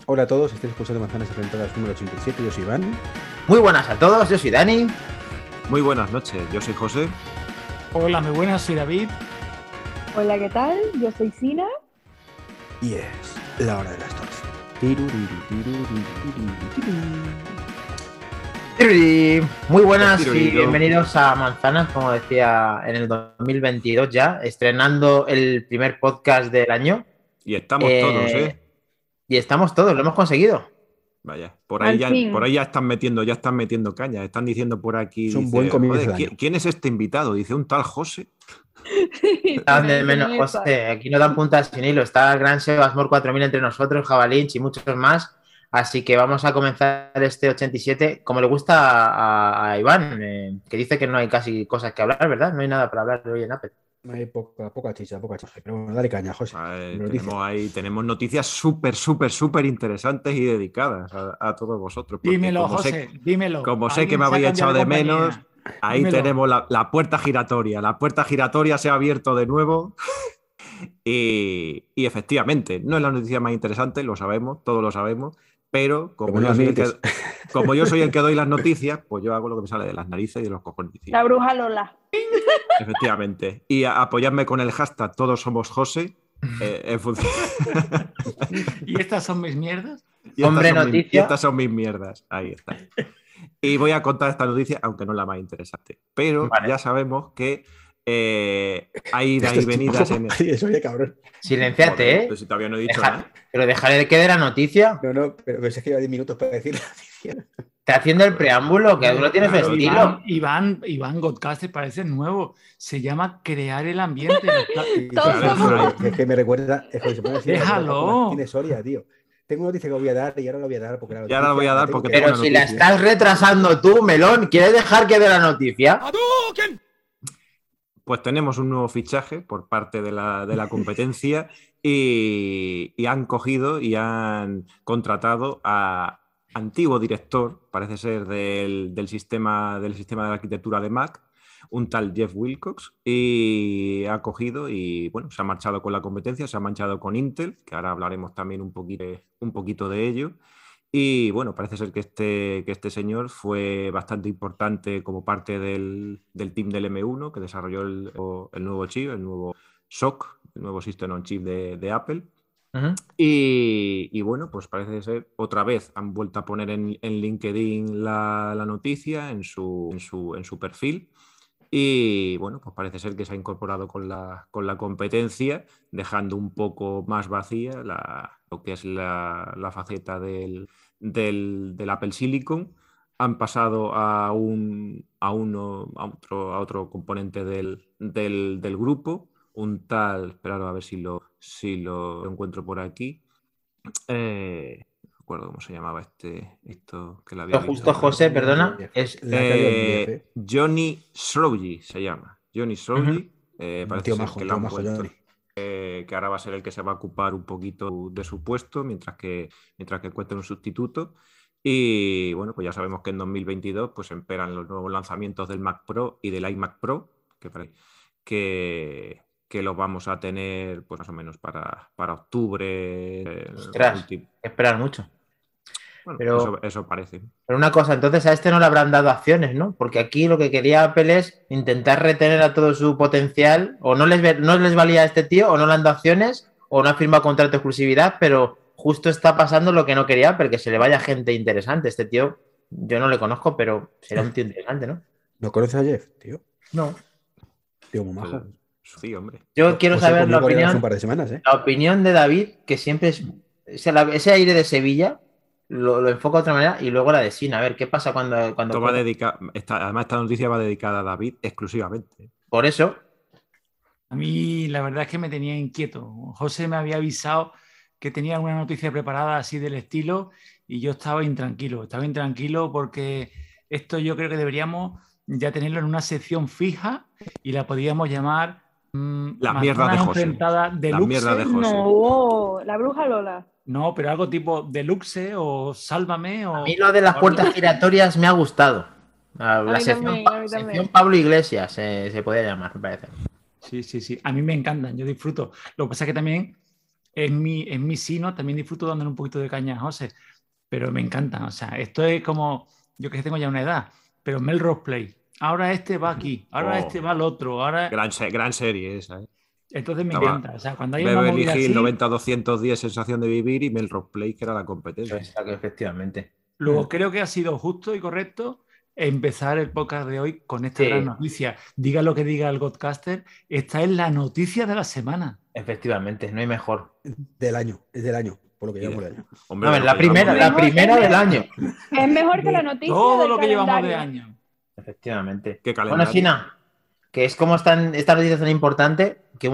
Hola a todos, estáis escuchando Manzanas Enfrentadas número 87, yo soy Iván. Muy buenas a todos, yo soy Dani. Muy buenas noches, yo soy José. Hola, muy buenas, soy David. Hola, ¿qué tal? Yo soy Sina. Y es la hora de las 12. Muy buenas y bienvenidos a Manzanas, como decía, en el 2022 ya, estrenando el primer podcast del año. Y estamos todos, ¿eh? Y estamos todos, lo hemos conseguido. Vaya, por ahí ya están metiendo caña, están diciendo por aquí. Es un buen comienzo. ¿Quién es este invitado? Dice un tal José. Están de menos, José. Aquí no dan puntas sin hilo. Está el gran Sebasmor 4000 entre nosotros, Jabalinch y muchos más. Así que vamos a comenzar este 87, como le gusta a Iván, que dice que no hay casi cosas que hablar, ¿verdad? No hay nada para hablar de hoy en Apple. Hay poca chicha. Pero bueno, dale caña, José. Tenemos noticias súper interesantes y dedicadas a todos vosotros. Dímelo, José, dímelo. Como sé que me habéis echado de menos, ahí dímelo. Tenemos la puerta giratoria. La puerta giratoria se ha abierto de nuevo. Y efectivamente, no es la noticia más interesante, lo sabemos, todos lo sabemos. Pero como yo soy el que doy las noticias, pues yo hago lo que me sale de las narices y de los cojones. La bruja Lola. Efectivamente. Y apoyadme con el hashtag Todos Somos José. En función... ¿Y estas son mis mierdas? Estas son mis mierdas. Ahí está. Y voy a contar esta noticia, aunque no es la más interesante. Pero ya sabemos que hay idas y venidas en el... Eso ya, cabrón. Silenciate, ¿eh? Pero si todavía no he dicho nada. Pero dejaré de que dé la noticia. No, pero es que lleva 10 minutos para decir la noticia. Te haciendo el preámbulo, que no tienes estilo. Iván Godcaster parece nuevo. Se llama crear el ambiente. Es que me recuerda... Déjalo. Tiene Soria, tío. Tengo una noticia que voy a dar y ahora la voy a dar porque ya la voy a dar porque pero si la estás retrasando tú, melón, ¿quieres dejar que dé la noticia? Pues tenemos un nuevo fichaje por parte de la competencia y han cogido y han contratado a antiguo director, parece ser del sistema de la arquitectura de Mac, un tal Jeff Wilcox, y ha cogido y bueno, se ha marchado con la competencia, se ha marchado con Intel, que ahora hablaremos también un poquito de ello. Y bueno, parece ser que este señor fue bastante importante como parte del team del M1 que desarrolló el nuevo chip, el nuevo SoC, el nuevo System on Chip de Apple. Uh-huh. Y bueno, pues parece ser, otra vez han vuelto a poner en LinkedIn la noticia en su perfil. Y bueno, pues parece ser que se ha incorporado con la competencia, dejando un poco más vacía lo que es la faceta del Apple Silicon. Han pasado a otro componente del grupo, un tal, esperad a ver si lo encuentro por aquí. No recuerdo cómo se llamaba esto que la había justo visto. José, perdona, es Johnny Srouji se llama. Johnny Srouji. Parece que lo han puesto, que ahora va a ser el que se va a ocupar un poquito de su puesto mientras que encuentre un sustituto. Y bueno, pues ya sabemos que en 2022 pues esperan los nuevos lanzamientos del Mac Pro y del iMac Pro, que los vamos a tener pues más o menos para octubre. Ostras, esperar mucho. Bueno, pero, eso parece. Pero una cosa, entonces a este no le habrán dado acciones, ¿no? Porque aquí lo que quería Apple es intentar retener a todo su potencial, o no les valía a este tío, o no le han dado acciones, o no ha firmado contrato de exclusividad, pero justo está pasando lo que no quería Apple, que se le vaya gente interesante. Este tío, yo no le conozco, pero será un tío interesante, ¿no? ¿No conoces a Jeff, tío? No. Tío, muy majo. Sí, hombre. Yo quiero saber la opinión, un par de semanas, ¿eh? La opinión de David, que siempre es ese aire de Sevilla. Lo enfoco de otra manera y luego la de Sina. A ver, ¿qué pasa cuando Esto va además, esta noticia va dedicada a David exclusivamente. Por eso. A mí la verdad es que me tenía inquieto. José me había avisado que tenía una noticia preparada así del estilo y yo estaba intranquilo. Estaba intranquilo porque esto yo creo que deberíamos ya tenerlo en una sección fija y la podríamos llamar Las mierdas de José. Las mierdas de José. No, la bruja Lola. No, pero algo tipo Deluxe o Sálvame. A mí lo de las puertas giratorias me ha gustado. La sección Pablo Iglesias se podría llamar, me parece. Sí. A mí me encantan, yo disfruto. Lo que pasa es que también en mi sino, también disfruto dándole un poquito de caña a José, pero me encantan. O sea, esto es como, yo que tengo ya una edad, pero Melrose Place. Ahora este va aquí, ahora este va al otro, ahora... Gran serie esa, ¿eh? Entonces me Estaba encanta. O sea, cuando hay una Beverly movida Hills así, 90-210 Sensación de Vivir y Melrose Place, que era la competencia. Efectivamente. luego creo que ha sido justo y correcto empezar el podcast de hoy con esta Sí. gran noticia. Diga lo que diga el Godcaster, esta es la noticia de la semana. Efectivamente, no hay mejor. Es del año, por lo que llevamos de año. Hombre, A ver, lo la que primera, llevamos la primera del año. Es mejor que la noticia Todo del lo que llevamos de calendario. año. Efectivamente. ¿Qué Bueno, calendario? Sina, que es como esta noticia es tan importante que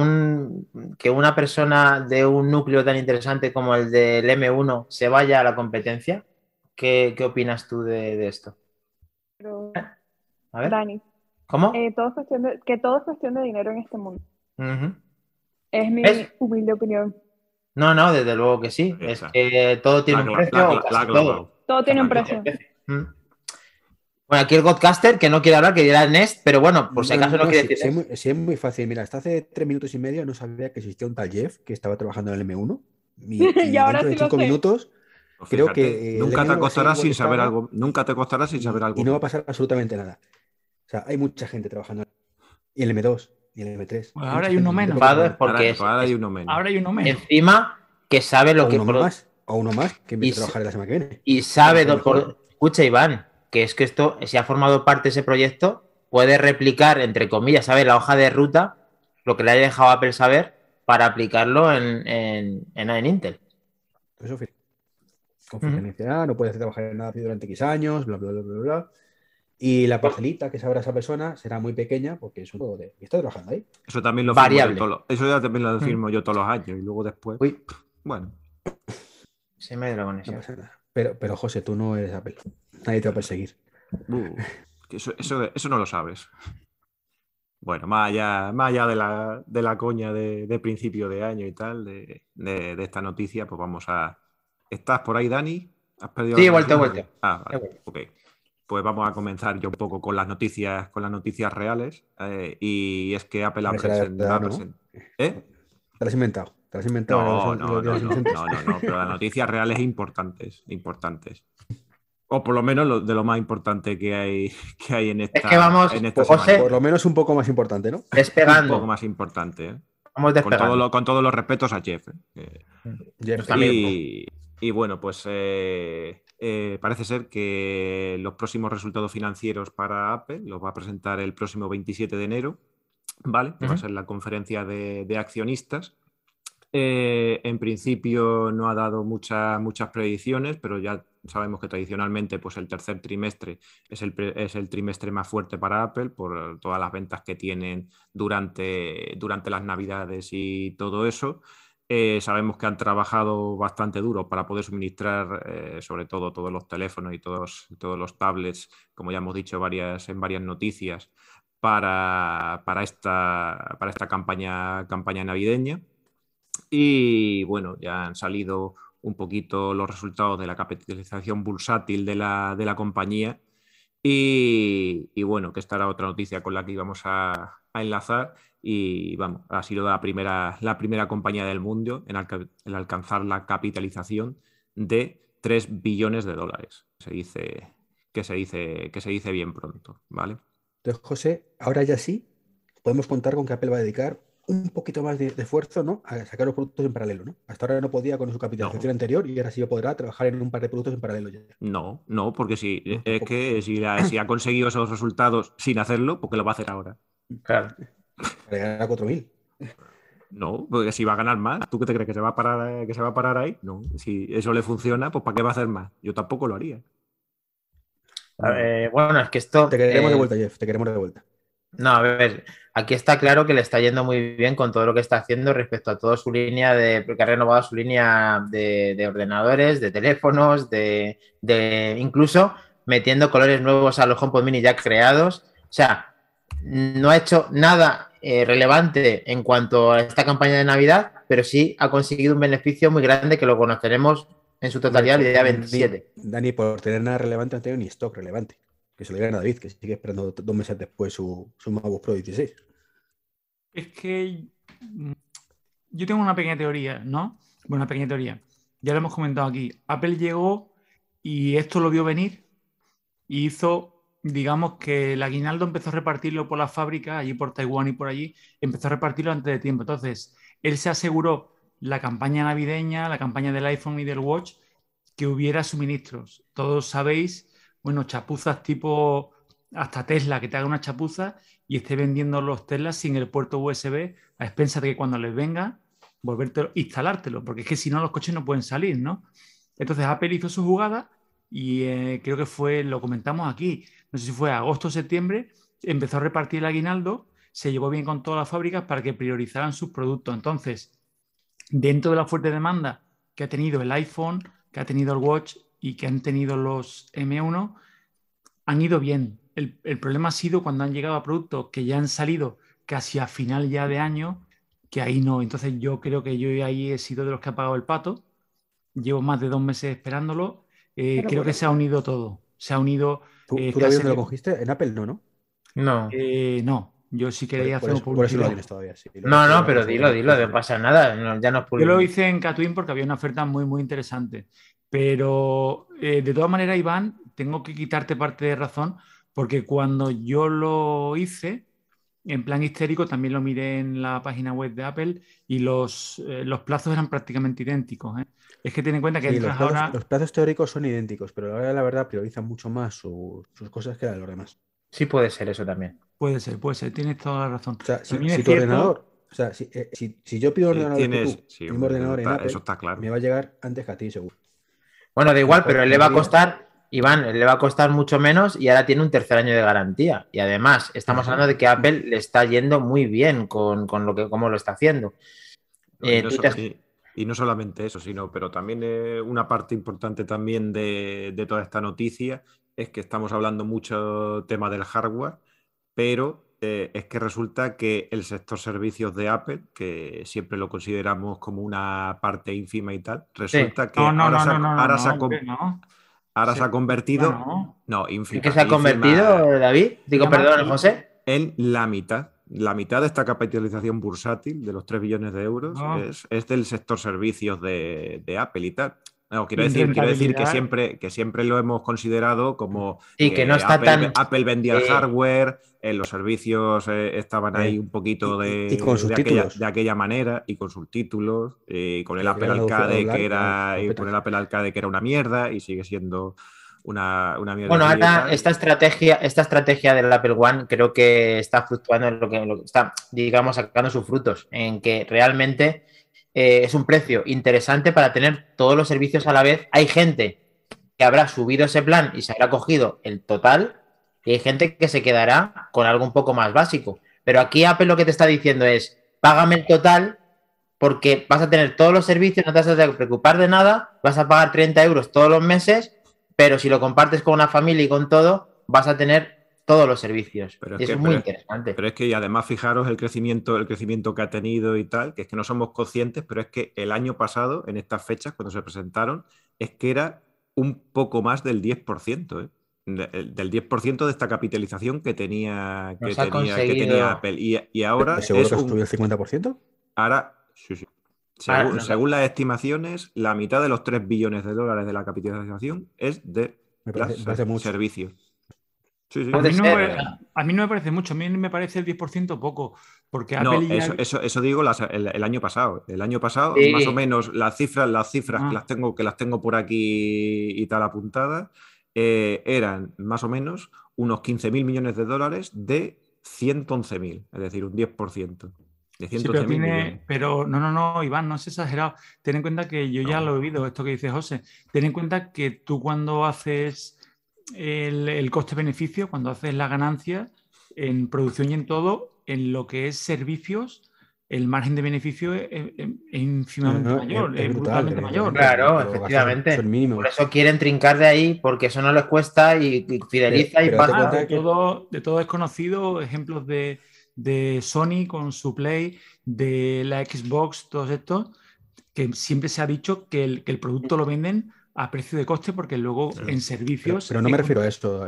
una persona de un núcleo tan interesante como el del M1 se vaya a la competencia. ¿Qué opinas tú de esto? Pero, A ver, Dani, ¿cómo? todo es cuestión de dinero en este mundo. Ujú. Es mi ¿Ves? humilde opinión. No, desde luego que sí. Esa. Es que todo tiene un precio, o La casi clavado. todo. Todo tiene un La precio. Mm. Bueno, aquí el Godcaster, que no quiere hablar, que dirá Nest, pero bueno, por si acaso no quiere decir sí, Nest. sí, es muy fácil. Mira, hasta hace 3 minutos y medio no sabía que existía un tal Jeff que estaba trabajando en el M1. Y ahora dentro de sí lo 5 sé. minutos Pues creo fíjate, que el nunca te M1 va a acostarás seguir sin saber igual que algo. Nunca te acostarás sin saber algo. y no va a pasar absolutamente nada. O sea, hay mucha gente trabajando. Y el M2, y el M3. Pues ahora hay uno menos. Enfado es porque Ahora hay uno menos. Ahora hay uno menos. encima que sabe lo O que... uno más que empiece a trabajar la semana que viene. Y sabe, Mejor. escucha Iván, que es que esto, si ha formado parte de ese proyecto, puede replicar, entre comillas, ¿sabes? La hoja de ruta, lo que le haya dejado a Apple saber, para aplicarlo en Intel. Eso, confidencialidad, no puedes trabajar en nada durante X años, bla, bla, bla, bla, bla. Y la parcelita que sabrá esa persona será muy pequeña porque es un juego de... Está trabajando ahí. Eso también lo Variable. firmo yo eso ya también lo firmo yo todos los años y luego después. Uy, Bueno, se me ha ido la No conexión. pasa nada. Pero José, tú no eres Apple. Nadie te va a perseguir. que eso no lo sabes. Bueno, más allá de la coña de principio de año y tal, de esta noticia, pues vamos a... ¿Estás por ahí, Dani? ¿Has perdido Sí, la he vuelto. conexión? Ah, He vale, vuelto. ok. Pues vamos a comenzar yo un poco con las noticias reales. Y es que Apple ha Hombre, será presentado... verdad, ¿no? ¿Eh? Te lo has inventado. Te lo has inventado. No, pero las noticias reales importantes. O por lo menos de lo más importante que hay en esta, Es que vamos, en esta José, semana. Por lo menos un poco más importante, ¿no? Un despegando. poco más importante, ¿eh? Vamos despegando. Con todos los respetos a Jeff. Jeff, Y bueno, pues parece ser que los próximos resultados financieros para Apple los va a presentar el próximo 27 de enero, ¿vale? Que va a ser la conferencia de accionistas. En principio no ha dado muchas predicciones, pero ya sabemos que tradicionalmente pues el tercer trimestre es el trimestre más fuerte para Apple por todas las ventas que tienen durante las Navidades y todo eso. Sabemos que han trabajado bastante duro para poder suministrar sobre todo todos los teléfonos y todos los tablets, como ya hemos dicho en varias noticias, para esta campaña navideña. Y bueno, ya han salido un poquito los resultados de la capitalización bursátil de la compañía. Y bueno, que esta era otra noticia con la que íbamos a enlazar. Y vamos, ha sido la primera compañía del mundo en alcanzar la capitalización de 3 billones de dólares. Que se dice bien pronto, ¿vale? Entonces, José, ahora ya sí podemos contar con que Apple va a dedicar un poquito más de esfuerzo, ¿no? A sacar los productos en paralelo, ¿no? Hasta ahora no podía con su capitalización anterior y ahora sí podrá trabajar en un par de productos en paralelo ya. No, porque si ha conseguido esos resultados sin hacerlo, ¿por qué lo va a hacer ahora? Claro. Para ganar a 4.000. No, porque si va a ganar más, ¿tú qué te crees? ¿Que se va a parar ahí? No, si eso le funciona, pues ¿para qué va a hacer más? Yo tampoco lo haría. Bueno, es que esto... Te queremos de vuelta, Jeff, te queremos de vuelta. No, a ver, aquí está claro que le está yendo muy bien con todo lo que está haciendo respecto a toda su línea porque ha renovado su línea de ordenadores, de teléfonos, de incluso metiendo colores nuevos a los HomePod Mini ya creados. O sea, no ha hecho nada relevante en cuanto a esta campaña de Navidad, pero sí ha conseguido un beneficio muy grande que lo conoceremos en su totalidad el día 27. Dani, por tener nada relevante, no tengo ni stock relevante. Que se lo digan a David, que sigue esperando 2 meses después su MacBook Pro 16. Es que yo tengo una pequeña teoría, ¿no? Bueno, una pequeña teoría. Ya lo hemos comentado aquí. Apple llegó y esto lo vio venir y hizo, digamos que el aguinaldo empezó a repartirlo por la fábrica, allí por Taiwán y por allí, empezó a repartirlo antes de tiempo. Entonces, él se aseguró la campaña navideña, la campaña del iPhone y del Watch, que hubiera suministros. Todos sabéis, bueno, chapuzas tipo hasta Tesla, que te haga una chapuza y esté vendiendo los Teslas sin el puerto USB, a expensas de que cuando les venga, volvértelo, instalártelo, porque es que si no los coches no pueden salir, ¿no? Entonces Apple hizo su jugada y creo que fue, lo comentamos aquí, no sé si fue agosto o septiembre, empezó a repartir el aguinaldo, se llevó bien con todas las fábricas para que priorizaran sus productos. Entonces, dentro de la fuerte demanda que ha tenido el iPhone, que ha tenido el Watch y que han tenido los M1, han ido bien. El problema ha sido cuando han llegado a productos que ya han salido casi a final ya de año, que ahí no. Entonces yo creo que yo ahí he sido de los que ha pagado el pato. Llevo más de 2 meses esperándolo. Creo que se ha unido todo. Se ha unido ¿Tú David, escasez dónde lo de... cogiste? En Apple no, ¿no? No. No, yo sí quería hacer Por eso lo publicidad. tienes todavía. Sí. Lo No, otro no, era pero cosa dilo, no pasa nada, ya nos Yo lo publicamos. hice en Catwin porque había una oferta muy, muy interesante. Pero de todas maneras, Iván, tengo que quitarte parte de razón porque cuando yo lo hice, en plan histérico, también lo miré en la página web de Apple y los plazos eran prácticamente idénticos, ¿eh? Es que ten en cuenta que Sí, entras ahora... los plazos teóricos son idénticos, pero ahora la verdad priorizan mucho más sus cosas que los demás. Sí puede ser eso también. Puede ser, tienes toda la razón. O sea, También si es tu cierto... ordenador, o sea, si yo pido un Sí, ordenador que tú, sí, el mismo hombre, ordenador en Apple, eso está claro. me va a llegar antes que a ti, seguro. Bueno, da igual, pero él le va a Mejoría. costar, Iván, él le va a costar mucho menos y ahora tiene un tercer año de garantía. Y además, estamos hablando de que Apple le está yendo muy bien con lo que, cómo lo está haciendo. Y no solamente eso, pero también una parte importante también de toda esta noticia es que estamos hablando mucho tema del hardware, pero es que resulta que el sector servicios de Apple, que siempre lo consideramos como una parte ínfima y tal, resulta que ahora se ha convertido, no, ¿En ínfima, qué se ha convertido, David? Digo, perdón, José. en la mitad. La mitad de esta capitalización bursátil de los 3 billones de euros es del sector servicios de Apple y tal. No, quiero decir que siempre lo hemos considerado como que no está Apple vendía el hardware, los servicios estaban ahí un poquito y con sus títulos. de aquella manera, y con sus títulos, y con el Apple Arcade que era una mierda y sigue siendo una mierda. Bueno, ahora esta estrategia del Apple One creo que está fluctuando en lo que está, digamos, sacando sus frutos, en que realmente es un precio interesante para tener todos los servicios a la vez. Hay gente que habrá subido ese plan y se habrá cogido el total, y hay gente que se quedará con algo un poco más básico. Pero aquí Apple lo que te está diciendo es, págame el total porque vas a tener todos los servicios, no te vas a tener que preocupar de nada, vas a pagar 30 euros todos los meses, pero si lo compartes con una familia y con todo, vas a tener todos los servicios. Y eso es muy interesante. Pero es que, y además, fijaros el crecimiento que ha tenido y tal, que es que no somos conscientes, pero es que el año pasado, en estas fechas, cuando se presentaron, es que era un poco más del 10%, ¿eh? Del 10% de esta capitalización que tenía Apple. Y ahora ¿Seguro que subió el 50%? Ahora, sí. Según las estimaciones, la mitad de los 3 billones de dólares de la capitalización es de servicios. Sí. A mí no me parece mucho, a mí me parece el 10% poco. Porque Apple eso digo el año pasado. El año pasado, más o menos, las cifras que las tengo por aquí y tal apuntadas, eran más o menos unos 15.000 millones de dólares de 111.000, es decir, un 10%. Sí, pero no, Iván, no es exagerado. Ten en cuenta que yo ya lo he oído, esto que dice José. Ten en cuenta que tú cuando haces el coste-beneficio, cuando haces la ganancia en producción y en todo, en lo que es servicios, el margen de beneficio es ínfimamente mayor, es brutalmente mayor. Claro, efectivamente. Por eso quieren trincar de ahí, porque eso no les cuesta y fideliza y pasa. De todo es conocido, ejemplos de Sony con su Play, de la Xbox, todos estos, que siempre se ha dicho que el producto lo venden a precio de coste porque luego en servicios... Pero no me refiero a esto.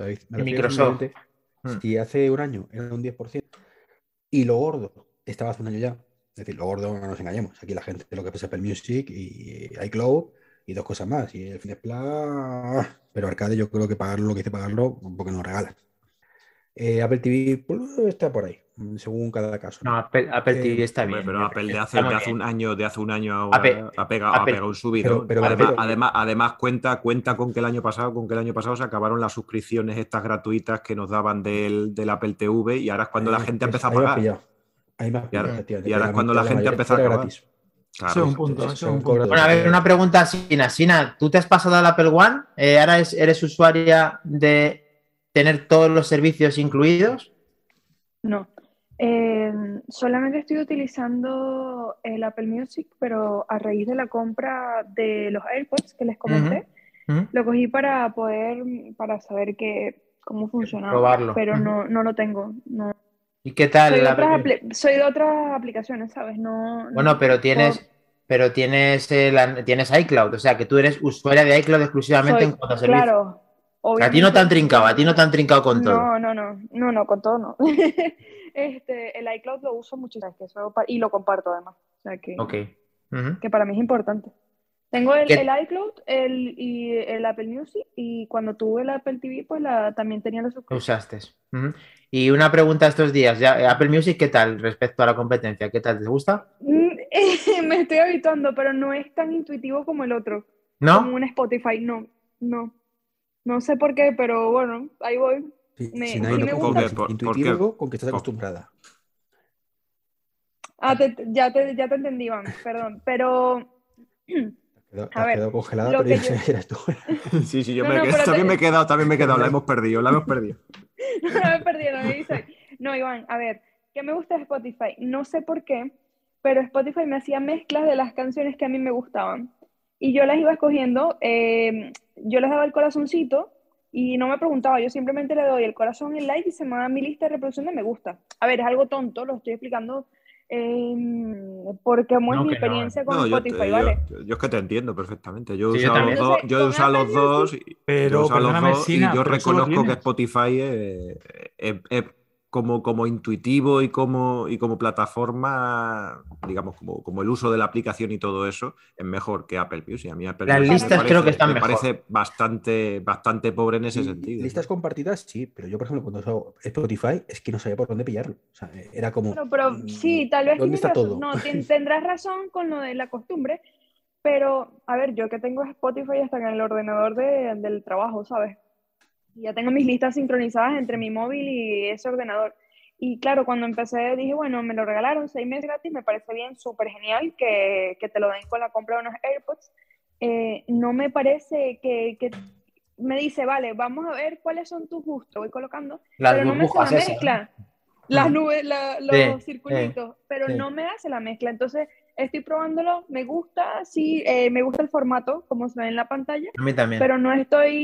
Microsoft. Si hace un año era un 10% y lo gordo estaba hace un año ya Es decir, lo gordo no nos engañemos. Aquí la gente lo que pasa es Apple Music y iCloud y 2 cosas más. Y el Fitness Plus, pero Arcade yo creo que pagarlo lo que dice pagarlo porque nos regalan. Apple TV pues, está por ahí, según cada caso, No, ¿no? Apple TV está Hombre, bien. pero Apple de está muy hace bien. un año ahora Apple- ha pegado Apple- un subidón. pero- Además cuenta con que el año pasado se acabaron las suscripciones estas gratuitas que nos daban del Apple TV y ahora es cuando la gente empezó a Ahí me has pagar. pillado. Ahí me has Y pillado, ahora, efectivamente. y ahora Que es cuando la gente mayoría empezó a era acabar. gratis. Eso es Claro. un punto, eso es Son un punto. cobros. Bueno, a ver, una pregunta a Sina. Sina, ¿tú te has pasado al Apple One? ¿Ahora eres usuaria de tener todos los servicios incluidos? No. Solamente estoy utilizando el Apple Music, pero a raíz de la compra de los AirPods que les comenté, Ujú. lo cogí para saber cómo funcionaba, Probarlo. pero Ujú. no lo tengo. No. ¿Y qué tal? Soy de otras aplicaciones, ¿sabes? No, Bueno, pero tienes iCloud, o sea que tú eres usuaria de iCloud exclusivamente en cuanto a servicios. claro, A ti no te han obviamente. trincado, a ti no te han trincado con todo. No, con todo no. El iCloud lo uso mucho, ¿sabes? Y lo comparto además. O sea Ok. Ujú. que para mí es importante. Tengo el ¿Qué? iCloud y el Apple Music, y cuando tuve el Apple TV, pues también tenía la Lo suscripción. usaste. Ujú. Y una pregunta estos días, ya, Apple Music, ¿qué tal respecto a la competencia? ¿Qué tal? ¿Te gusta? Me estoy habituando, pero no es tan intuitivo como el otro. ¿No? Como un Spotify, no sé por qué, pero bueno, ahí voy. Sí, Me intuitivo, gusta. intuitivo con que estás acostumbrada. Ya te entendí, Iván, perdón, pero Te A has ver, quedado congelada, lo pero que yo sé que eras tú. Sí, yo No, me he no, quedado- pero también me he quedado, la hemos perdido. No me perdí, no me dice. No, Iván, a ver, ¿qué me gusta de Spotify? No sé por qué, pero Spotify me hacía mezclas de las canciones que a mí me gustaban. Y yo las iba escogiendo, yo les daba el corazoncito y no me preguntaba, yo simplemente le doy el corazón, el like y se me da mi lista de reproducción de me gusta. A ver, es algo tonto, lo estoy explicando porque cómo es No, mi que no. experiencia con No, Spotify, ¿vale? yo es que te entiendo perfectamente. Yo he Sí, yo usado también. los dos, Entonces, yo he con usado Apple los dos, Music, yo he usado los Perdóname, dos y Sina, yo pero eso lo reconozco que tienes. Spotify es como intuitivo y como plataforma, digamos, como el uso de la aplicación y todo eso, es mejor que Apple Music. A mí Apple Las Music listas creo que están me mejor. parece bastante pobre en ese Y sentido. listas compartidas, sí, pero yo, por ejemplo, cuando usaba Spotify, es que no sabía por dónde pillarlo. O sea, era como, bueno, pero sí, tal vez ¿dónde tienes está razón. todo? No, tendrás razón con lo de la costumbre, pero a ver, yo que tengo Spotify hasta en el ordenador del trabajo, ¿sabes? Y ya tengo mis listas sincronizadas entre mi móvil y ese ordenador. Y claro, cuando empecé dije, bueno, me lo regalaron 6 meses gratis, me parece bien, súper genial que te lo den con la compra de unos AirPods. No me parece que me dice, vale, vamos a ver cuáles son tus gustos, voy colocando, Las pero no me hace la burbujas esas, ¿no? mezcla. Las Ujú. nubes, los circulitos, pero sí. no me hace la mezcla. Entonces, estoy probándolo, me gusta, sí, me gusta el formato, como se ve en la pantalla, A mí también. pero no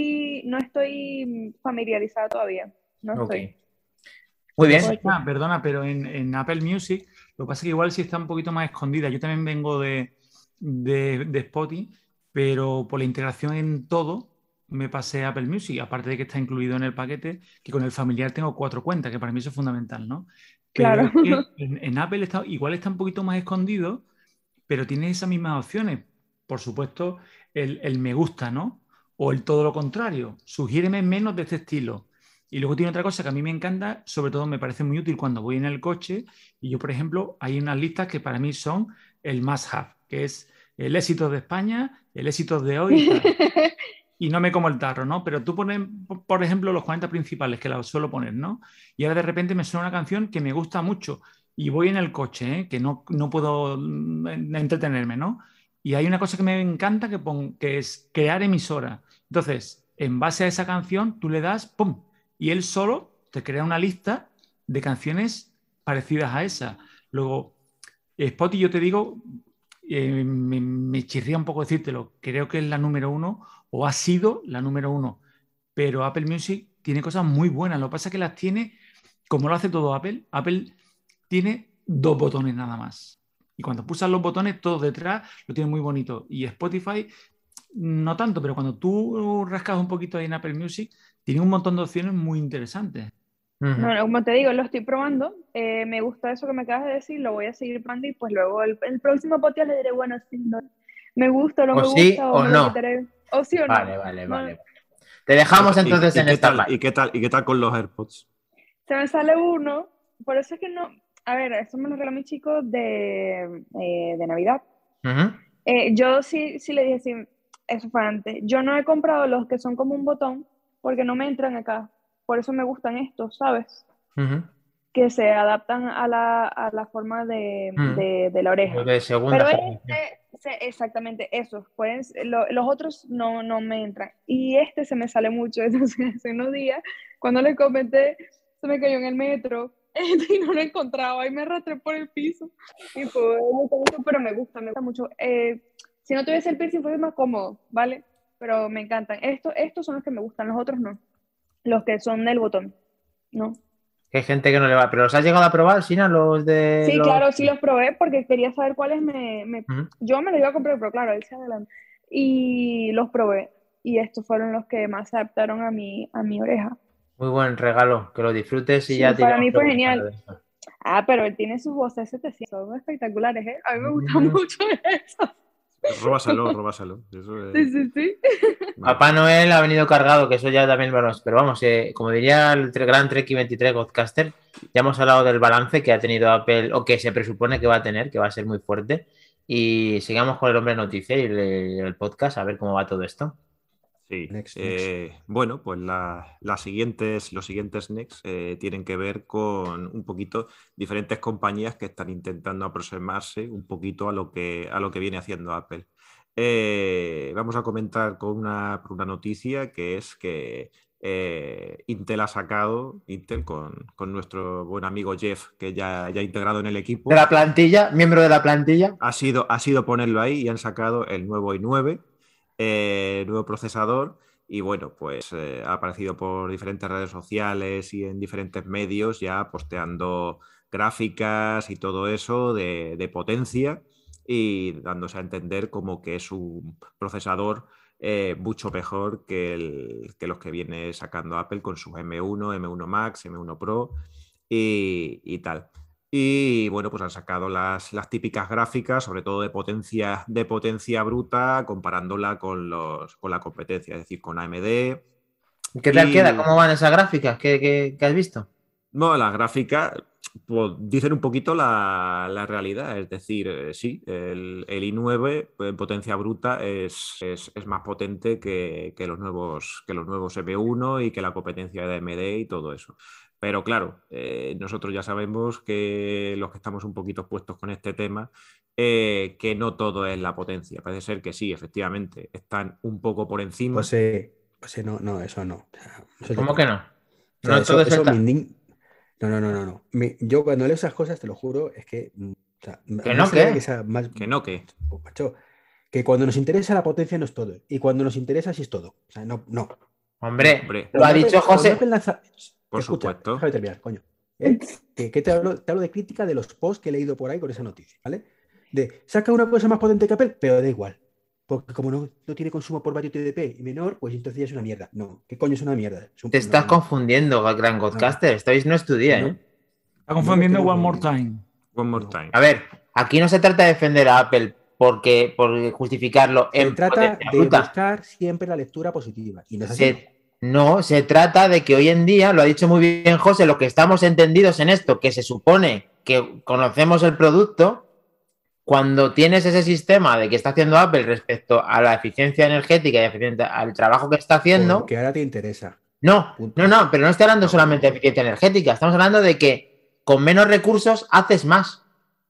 estoy familiarizada todavía. No Ok. estoy. Muy bien. Pues, Perdona, pero en Apple Music lo que pasa es que igual sí está un poquito más escondida. Yo también vengo de Spotify, pero por la integración en todo me pasé a Apple Music, aparte de que está incluido en el paquete, que con el familiar tengo 4 cuentas, que para mí eso es fundamental, ¿no? Pero claro. es que en Apple igual está un poquito más escondido, pero tiene esas mismas opciones. Por supuesto, el me gusta, ¿no? O el todo lo contrario. Sugiéreme menos de este estilo. Y luego tiene otra cosa que a mí me encanta, sobre todo me parece muy útil cuando voy en el coche. Y yo, por ejemplo, hay unas listas que para mí son el must have, que es el éxito de España, el éxito de hoy. Y no me como el tarro, ¿no? Pero tú pones, por ejemplo, los 40 principales, que los suelo poner, ¿no? Y ahora de repente me suena una canción que me gusta mucho y voy en el coche, ¿eh? Que no puedo entretenerme, ¿no? Y hay una cosa que me encanta que es crear emisora. Entonces, en base a esa canción, tú le das, ¡pum! Y él solo te crea una lista de canciones parecidas a esa. Luego, Spotify, yo te digo, me chirría un poco decírtelo, creo que es la número 1 o ha sido la número 1, pero Apple Music tiene cosas muy buenas. Lo que pasa es que las tiene, como lo hace todo Apple tiene 2 botones nada más. Y cuando pulsas los botones, todo detrás lo tiene muy bonito. Y Spotify, no tanto, pero cuando tú rascas un poquito ahí en Apple Music, tiene un montón de opciones muy interesantes. No, como te digo, lo estoy probando. Me gusta eso que me acabas de decir, lo voy a seguir probando y pues luego el próximo podcast le diré, bueno, sí, no, me gusta o no O me sí gusta, o o me no. lo quitaré. O sí o no. Vale. Te dejamos entonces en esta ¿Y qué tal con los AirPods? Se me sale uno, por eso es que no. A ver, eso me lo regaló mi chico de Navidad. Yo sí le dije, sí, eso fue antes. Yo no he comprado los que son como un botón porque no me entran acá. Por eso me gustan estos, ¿sabes? Que se adaptan a la forma de la oreja. De segunda Pero generación. exactamente, esos. Pues, los otros no me entran. Y este se me sale mucho. Entonces, hace unos días, cuando le comenté, se me cayó en el metro y no lo encontraba y me arrastré por el piso. Y fue mucho, pero me gusta mucho. Si no tuviese el piercing, fuese más cómodo, ¿vale? Pero me encantan. Estos son los que me gustan, los otros no. Los que son del botón, ¿no? Hay gente que no le va. ¿Pero los has llegado a probar, Sina, los de...? Sí, claro, sí los probé porque quería saber cuáles Yo me los iba a comprar, pero claro, él se adelantó. Y los probé. Y estos fueron los que más se adaptaron a mi oreja. Muy buen regalo, que lo disfrutes y Sí, ya te para mí fue preguntando genial. de esto. Pero él tiene sus voces 700, son espectaculares, ¿eh? A mí me gusta mucho eso. Róbaselo. Eso es... Sí. Papá Noel ha venido cargado, que eso ya también lo... Pero vamos, como diría el gran Trek 23 Godcaster, ya hemos hablado del balance que ha tenido Apple, o que se presupone que va a tener, que va a ser muy fuerte. Y sigamos con el hombre noticia y el podcast, a ver cómo va todo esto. Sí. Next. Bueno, pues los siguientes next tienen que ver con un poquito diferentes compañías que están intentando aproximarse un poquito a lo que viene haciendo Apple. Vamos a comentar con una noticia que es que Intel ha sacado, con nuestro buen amigo Jeff, que ya ha integrado en el equipo. De la plantilla, miembro de la plantilla. Ha sido ponerlo ahí y han sacado el nuevo i9. Nuevo procesador y bueno, pues ha aparecido por diferentes redes sociales y en diferentes medios ya posteando gráficas y todo eso de potencia y dándose a entender como que es un procesador mucho mejor que los que viene sacando Apple con sus M1, M1 Max, M1 Pro y tal. Y bueno, pues han sacado las típicas gráficas, sobre todo de potencia bruta, comparándola con la competencia, es decir, con AMD. ¿Qué tal queda? ¿Cómo van esas gráficas? ¿Qué has visto? No, las gráficas pues, dicen un poquito la realidad, es decir, sí, el i9 en potencia bruta es más potente que los nuevos M1 y que la competencia de AMD y todo eso. Pero claro, nosotros ya sabemos que los que estamos un poquito puestos con este tema, que no todo es la potencia. Parece ser que sí, efectivamente, están un poco por encima. Pues no, eso no. O sea, ¿Cómo que no? O sea, No todo eso está... No. Yo cuando leo esas cosas, te lo juro, es que... O sea, ¿Que no qué? Que no qué. Pues, macho, que cuando nos interesa la potencia no es todo. Y cuando nos interesa sí es todo. O sea, no. Hombre, lo ha dicho José. Por supuesto. Déjame terminar, coño. Que te hablo de crítica de los posts que he leído por ahí con esa noticia, ¿vale? Saca una cosa más potente que Apple, pero da igual. Porque como no tiene consumo por vatio TDP y menor, pues entonces ya es una mierda. No, ¿qué coño es una mierda? Te estás confundiendo, gran Godcaster. Esto no estudia, ¿eh? Está confundiendo One More Time. One More Time. A ver, aquí no se trata de defender a Apple por justificarlo Se trata de buscar siempre la lectura positiva. Y no es así. No, se trata de que hoy en día, lo ha dicho muy bien José, lo que estamos entendidos en esto, que se supone que conocemos el producto, cuando tienes ese sistema de que está haciendo Apple respecto a la eficiencia energética y al trabajo que está haciendo... Que ahora te interesa. No, pero no estoy hablando solamente de eficiencia energética, estamos hablando de que con menos recursos haces más.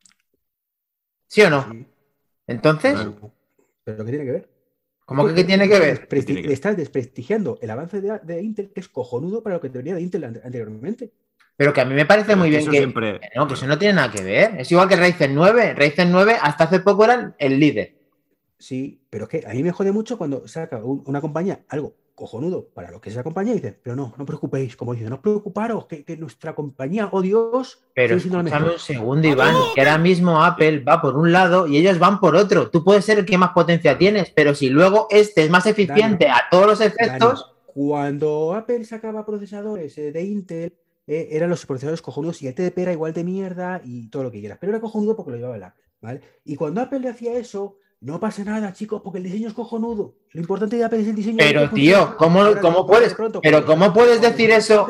¿Sí o no? Sí. Entonces... ¿Pero qué tiene que ver? ¿Cómo que qué tiene que ver? Estás desprestigiando el avance de Intel, que es cojonudo para lo que venía de Intel anteriormente. Pero que a mí me parece muy bien que eso no tiene nada que ver. Es igual que el Ryzen 9. Ryzen 9 hasta hace poco era el líder. Sí, pero es que a mí me jode mucho cuando saca una compañía algo cojonudo para lo que es la compañía y dice, pero no os preocupéis, como dice, no os preocuparos, que nuestra compañía, oh Dios... Pero escúchame un segundo, Iván, que ahora mismo Apple va por un lado y ellos van por otro. Tú puedes ser el que más potencia tienes, pero si luego este es más eficiente a todos los efectos... Cuando Apple sacaba procesadores de Intel, eran los procesadores cojonudos y el TDP era igual de mierda y todo lo que quieras. Pero era cojonudo porque lo llevaba el Apple, ¿vale? Y cuando Apple le hacía eso, no pasa nada, chicos, porque el diseño es cojonudo. Lo importante de Apple es el diseño. Pero, tío, ¿cómo puedes decir eso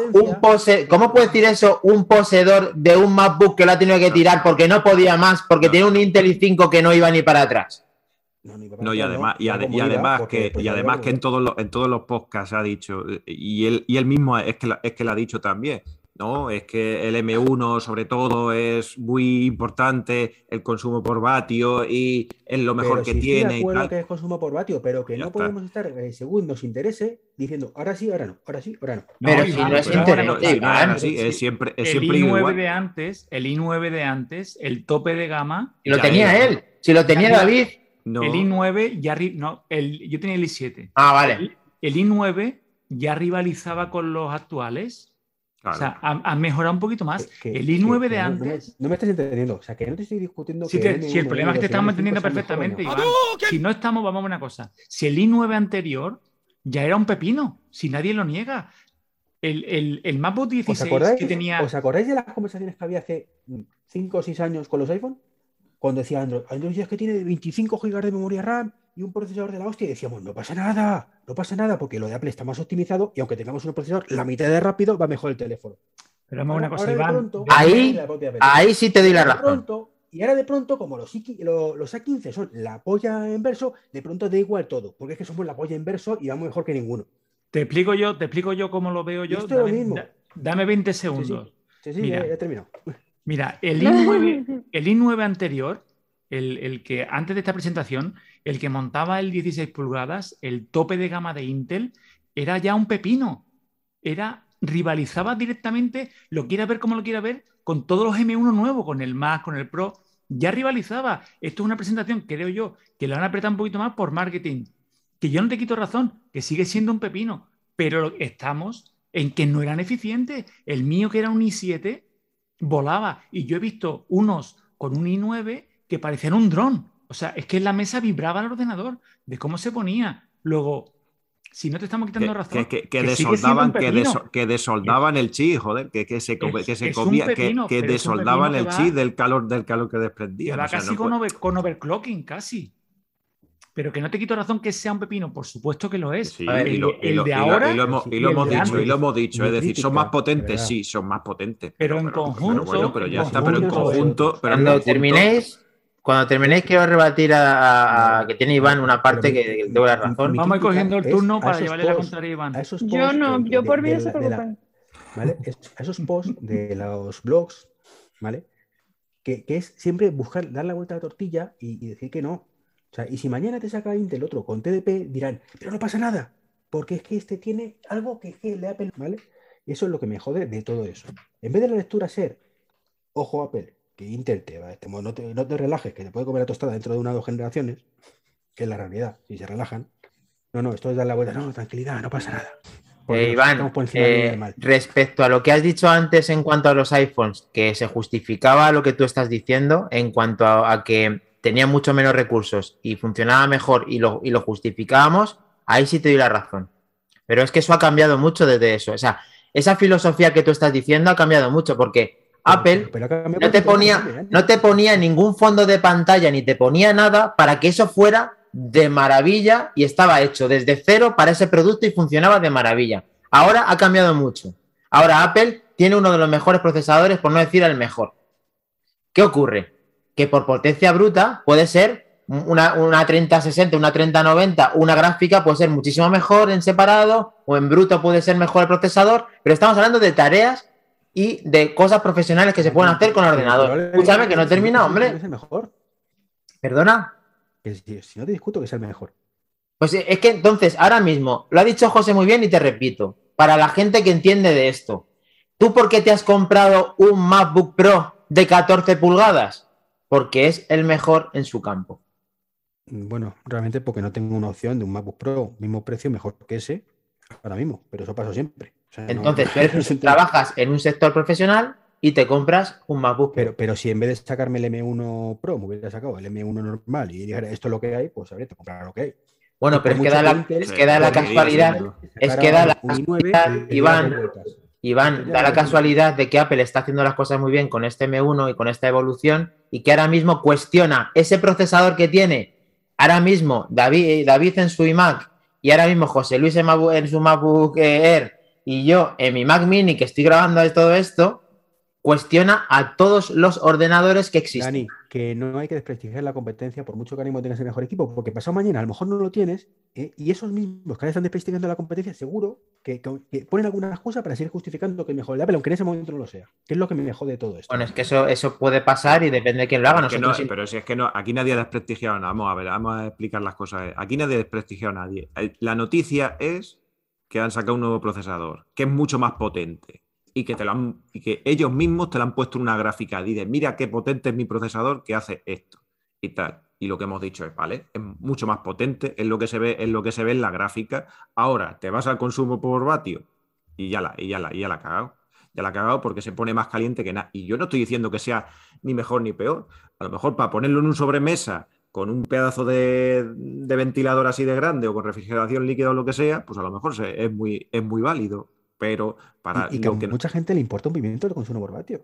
un poseedor de un MacBook que lo ha tenido que tirar porque no podía más, porque tiene un Intel i5 que no iba ni para atrás? No, y además que en todos los podcasts ha dicho, y él mismo es que lo ha dicho también, ¿no? Es que el M1 sobre todo es muy importante, el consumo por vatio, y es lo mejor que tiene. Estoy de acuerdo que es consumo por vatio, pero que no podemos estar según nos interese diciendo ahora sí, ahora no, ahora sí, ahora no. Pero si no es interesante, es siempre el i9 igual. el i9 de antes, el tope de gama. Si lo tenía él, si lo tenía David. No. El i9 ya yo tenía el i7. Ah, vale. El i9 ya rivalizaba con los actuales. Claro. O sea, ha mejorado un poquito más. El i9 de antes. No me estás entendiendo. O sea, que no te estoy discutiendo. Si el problema es que te estamos entendiendo perfectamente, Iván. Si no estamos, vamos a una cosa. Si el i9 anterior ya era un pepino, si nadie lo niega. El MacBook 16 que tenía. ¿Os acordáis de las conversaciones que había hace 5 o 6 años con los iPhone? Cuando decía Android es que tiene 25 GB de memoria RAM y un procesador de la hostia, y decíamos, no pasa nada, porque lo de Apple está más optimizado y aunque tengamos un procesador la mitad de rápido, va mejor el teléfono. Pero vamos a una cosa, Iván. Ahí sí te doy la razón. Y ahora de pronto, como los A15 son la polla en verso, de pronto da igual todo, porque es que somos la polla en verso y vamos mejor que ninguno. Te explico yo cómo lo veo yo. Dame 20 segundos. Sí, ya he terminado. Mira, el i9 anterior, el que antes de esta presentación, el que montaba el 16 pulgadas, el tope de gama de Intel, era ya un pepino. Rivalizaba directamente, lo quiera ver como lo quiera ver, con todos los M1 nuevos, con el Max, con el Pro. Ya rivalizaba. Esto es una presentación, creo yo, que la van a apretar un poquito más por marketing. Que yo no te quito razón, que sigue siendo un pepino, pero estamos en que no eran eficientes. El mío, que era un i7, volaba, y yo he visto unos con un i9 que parecían un dron. O sea, es que en la mesa vibraba el ordenador de cómo se ponía. Luego, si no te estamos quitando razón, que desoldaban el chip, joder, que desoldaban el chip del calor que desprendía. Va casi con overclocking, casi. Pero que no te quito razón que sea un pepino, por supuesto que lo es. Sí, y lo hemos dicho, es decir, ¿son más potentes? Sí, son más potentes. Pero en conjunto. Pero ya está, pero en conjunto. Cuando terminéis, quiero rebatir a que tiene Iván una parte que tengo la razón. Vamos a ir cogiendo el turno para llevarle la contraria a Iván. Yo por mí no se preocupen. ¿Vale? A esos posts de los blogs, ¿vale? Que es siempre buscar, dar la vuelta a la tortilla y decir que no. O sea, y si mañana te saca Intel otro con TDP, dirán, pero no pasa nada, porque es que este tiene algo que es el de Apple, ¿vale? Y eso es lo que me jode de todo eso. En vez de la lectura ser, ojo Apple, que Intel no te relajes, que te puede comer la tostada dentro de 1 o 2 generaciones, que es la realidad, si se relajan. No, esto es dar la vuelta, no, tranquilidad, no pasa nada. Iván, respecto a lo que has dicho antes en cuanto a los iPhones, que se justificaba lo que tú estás diciendo en cuanto a que tenía mucho menos recursos y funcionaba mejor y lo justificábamos, ahí sí te doy la razón. Pero es que eso ha cambiado mucho desde eso. O sea, esa filosofía que tú estás diciendo ha cambiado mucho porque Apple no te ponía ningún fondo de pantalla ni te ponía nada para que eso fuera de maravilla y estaba hecho desde cero para ese producto y funcionaba de maravilla. Ahora ha cambiado mucho. Ahora Apple tiene uno de los mejores procesadores, por no decir el mejor. ¿Qué ocurre? Que por potencia bruta puede ser una 3060, una 3090, una gráfica puede ser muchísimo mejor en separado o en bruto puede ser mejor el procesador, pero estamos hablando de tareas y de cosas profesionales que se pueden hacer con el ordenador. Escúchame, que no termina, hombre. ¿Es el mejor? ¿Perdona? Si no te discuto que es el mejor. Pues es que entonces, ahora mismo, lo ha dicho José muy bien y te repito, para la gente que entiende de esto, ¿tú por qué te has comprado un MacBook Pro de 14 pulgadas? Porque es el mejor en su campo. Bueno, realmente porque no tengo una opción de un MacBook Pro, mismo precio, mejor que ese, ahora mismo, pero eso pasa siempre. O sea, entonces, trabajas en un sector profesional y te compras un MacBook Pro. Pero si en vez de sacarme el M1 Pro me hubiera sacado el M1 normal y dijera esto es lo que hay, pues habría que comprar lo que hay. Bueno, pero es que da la casualidad, Iván, Iván, da la casualidad de que Apple está haciendo las cosas muy bien con este M1 y con esta evolución y que ahora mismo cuestiona ese procesador que tiene ahora mismo David en su iMac y ahora mismo José Luis en su MacBook Air y yo en mi Mac Mini que estoy grabando todo esto, cuestiona a todos los ordenadores que existen. Dani, que no hay que desprestigiar la competencia por mucho que ánimo tengas el mejor equipo, porque pasado mañana a lo mejor no lo tienes, y esos mismos que ahora están desprestigiando la competencia, seguro que ponen alguna excusa para seguir justificando que es mejor el Apple, aunque en ese momento no lo sea. Que es lo que me jode de todo esto. Bueno, es que eso puede pasar y depende de quién lo haga. Pero si es que no, aquí nadie ha desprestigiado nada. Vamos a ver, vamos a explicar las cosas. Aquí nadie ha desprestigiado a nadie. La noticia es que han sacado un nuevo procesador, que es mucho más potente. Y que ellos mismos te lo han puesto en una gráfica. Dicen, mira qué potente es mi procesador que hace esto y tal. Y lo que hemos dicho es, vale, es mucho más potente, es lo que se ve en la gráfica. Ahora, te vas al consumo por vatio y ya la ha cagado. Ya la ha cagado porque se pone más caliente que nada. Y yo no estoy diciendo que sea ni mejor ni peor. A lo mejor para ponerlo en un sobremesa con un pedazo de ventilador así de grande o con refrigeración líquida o lo que sea, pues a lo mejor es muy válido. Pero para y que a mucha gente le importa un pimiento el consumo por vatio.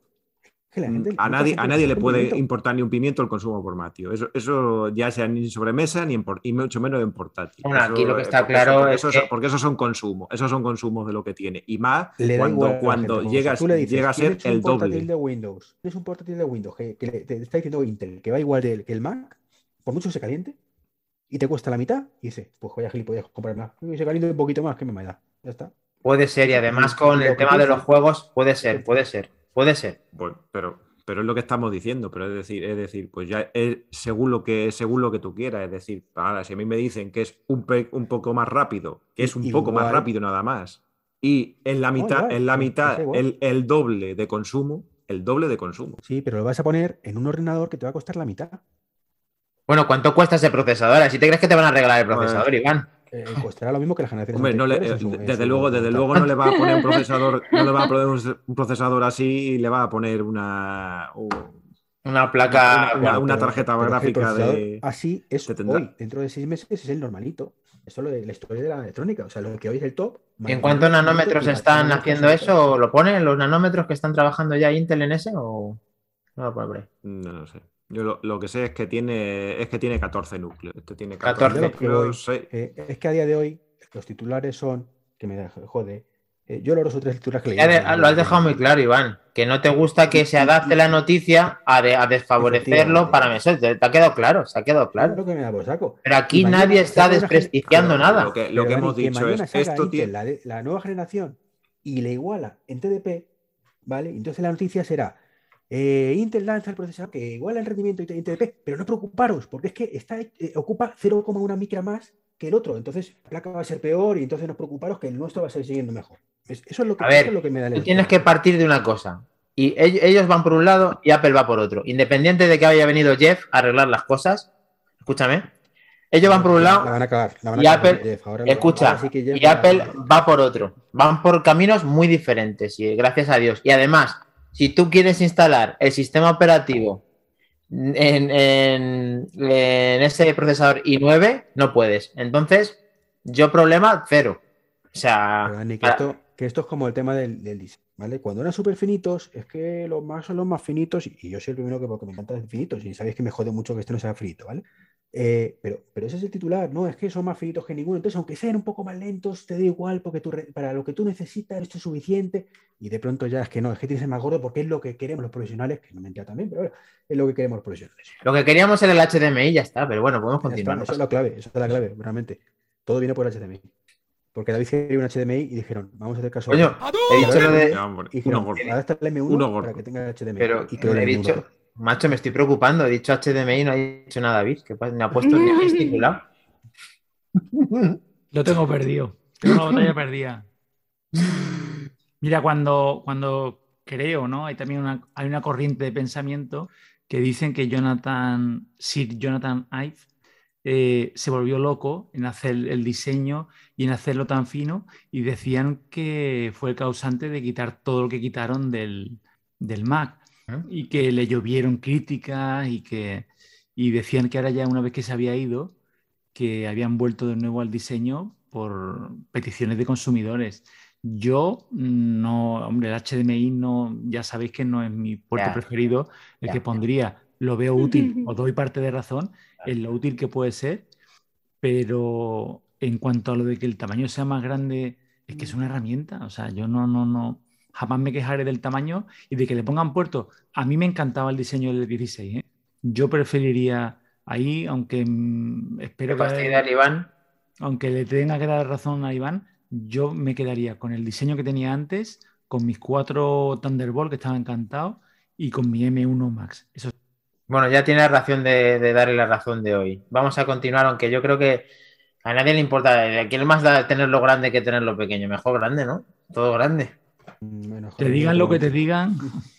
A nadie le puede importar ni un pimiento el consumo por vatio. Eso ya sea ni en sobremesa y mucho menos en portátil. Bueno, aquí lo que está claro es que... Porque esos son consumos de lo que tiene. Y más cuando gente, llega a ser el doble. Tienes un portátil de Windows que te está diciendo Intel que va igual que el Mac, por mucho que se caliente, y te cuesta la mitad, y dices, pues vaya gilipollas, comprar más. Y se calienta un poquito más, ¿qué me da? Ya está. Puede ser, y además con el tema de los juegos, puede ser. Bueno, pero es lo que estamos diciendo, pero es decir, pues ya es según lo que tú quieras. Es decir, ahora, si a mí me dicen que es un poco más rápido, que es un poco más rápido nada más, y en la mitad, el doble de consumo, Sí, pero lo vas a poner en un ordenador que te va a costar la mitad. Bueno, ¿cuánto cuesta ese procesador? ¿Así te crees que te van a regalar el procesador, Iván? Costará lo mismo que las generaciones anteriores. Desde luego no le va a poner un procesador, no le va a poner un procesador así y le va a poner una placa, una tarjeta gráfica de... Así es hoy, dentro de 6 meses es el normalito. Eso es la historia de la electrónica, o sea, lo que hoy es el top. ¿En cuántos nanómetros están haciendo eso? ¿Lo ponen los nanómetros que están trabajando ya Intel en ese o no lo pone por ahí? No lo sé. Yo lo que sé es que tiene 14 núcleos. Este tiene 14 núcleos. Es que a día de hoy los titulares son, que me jode, yo los 2 o 3 titulares que leí. Lo has dejado muy claro, Iván, que no te gusta que se adapte la noticia a desfavorecerlo para meses. Te ha quedado claro, se ha quedado claro. Es lo que me da por saco. Pero aquí nadie está desprestigiando nada. Lo que hemos dicho es esto tiene la nueva generación y le iguala en TDP, ¿vale? Entonces la noticia será Intel lanza el procesador que iguala el rendimiento y TDP, pero no preocuparos, porque es que ocupa 0,1 micra más que el otro, entonces la placa va a ser peor y entonces no preocuparos que el nuestro va a seguir siguiendo mejor. Eso es lo que me da tú tienes que partir de una cosa, y ellos van por un lado y Apple va por otro, independiente de que haya venido Jeff a arreglar las cosas. Escúchame, ellos van por un lado y Apple, y Apple va por otro, van por caminos muy diferentes, y gracias a Dios. Y además, si tú quieres instalar el sistema operativo en ese procesador i9, no puedes. Entonces, problema cero. O sea... Pero, Dani, que esto es como el tema del diseño, ¿vale? Cuando eran súper finitos, es que los más son los más finitos, y yo soy el primero porque me encantan finitos, y sabéis que me jode mucho que este no sea finito, ¿vale? Pero ese es el titular, no, es que son más finitos que ninguno. Entonces, aunque sean un poco más lentos, te da igual porque para lo que tú necesitas esto es suficiente. Y de pronto ya es que no, es que tienes que ser más gordo porque es lo que queremos los profesionales, que no me entiendo también, pero bueno, es lo que queremos los profesionales. Lo que queríamos era el HDMI, ya está, pero bueno, podemos continuar. Eso es la clave, realmente. Todo viene por el HDMI. Porque David quería un HDMI y dijeron, vamos a hacer caso. Coño, he dicho lo de... Y dijeron, adapta el M1 para que tenga el HDMI. Pero he dicho... Macho, me estoy preocupando. He dicho HDMI y no ha dicho nada, David. ¿Qué pasa? Me ha puesto ni gesticulado. Lo tengo perdido. Tengo una batalla perdida. Mira, cuando creo, ¿no? Hay también una corriente de pensamiento que dicen que Sir Jonathan Ive se volvió loco en hacer el diseño y en hacerlo tan fino, y decían que fue el causante de quitar todo lo que quitaron del Mac. Y que le llovieron críticas y decían que ahora ya, una vez que se había ido, que habían vuelto de nuevo al diseño por peticiones de consumidores. Yo no, hombre, el HDMI no, ya sabéis que no es mi puerto Ya, preferido, el ya. que pondría. Lo veo útil, os doy parte de razón en lo útil que puede ser, pero en cuanto a lo de que el tamaño sea más grande, es que es una herramienta. O sea, yo no, jamás me quejaré del tamaño y de que le pongan puertos. A mí me encantaba el diseño del 16, ¿eh? Yo preferiría ahí, aunque ¿Te espero fastidia, que, Iván? aunque le tenga que dar razón a Iván, yo me quedaría con el diseño que tenía antes, con mis 4 Thunderbolt que estaba encantado y con mi M1 Max. Eso. Bueno, ya tienes razón de darle la razón de hoy. Vamos a continuar, aunque yo creo que a nadie le importa. ¿A quién más da tenerlo grande que tenerlo pequeño? Mejor grande, ¿no? Todo grande. Bueno, Te grande, digan lo que pero te digan.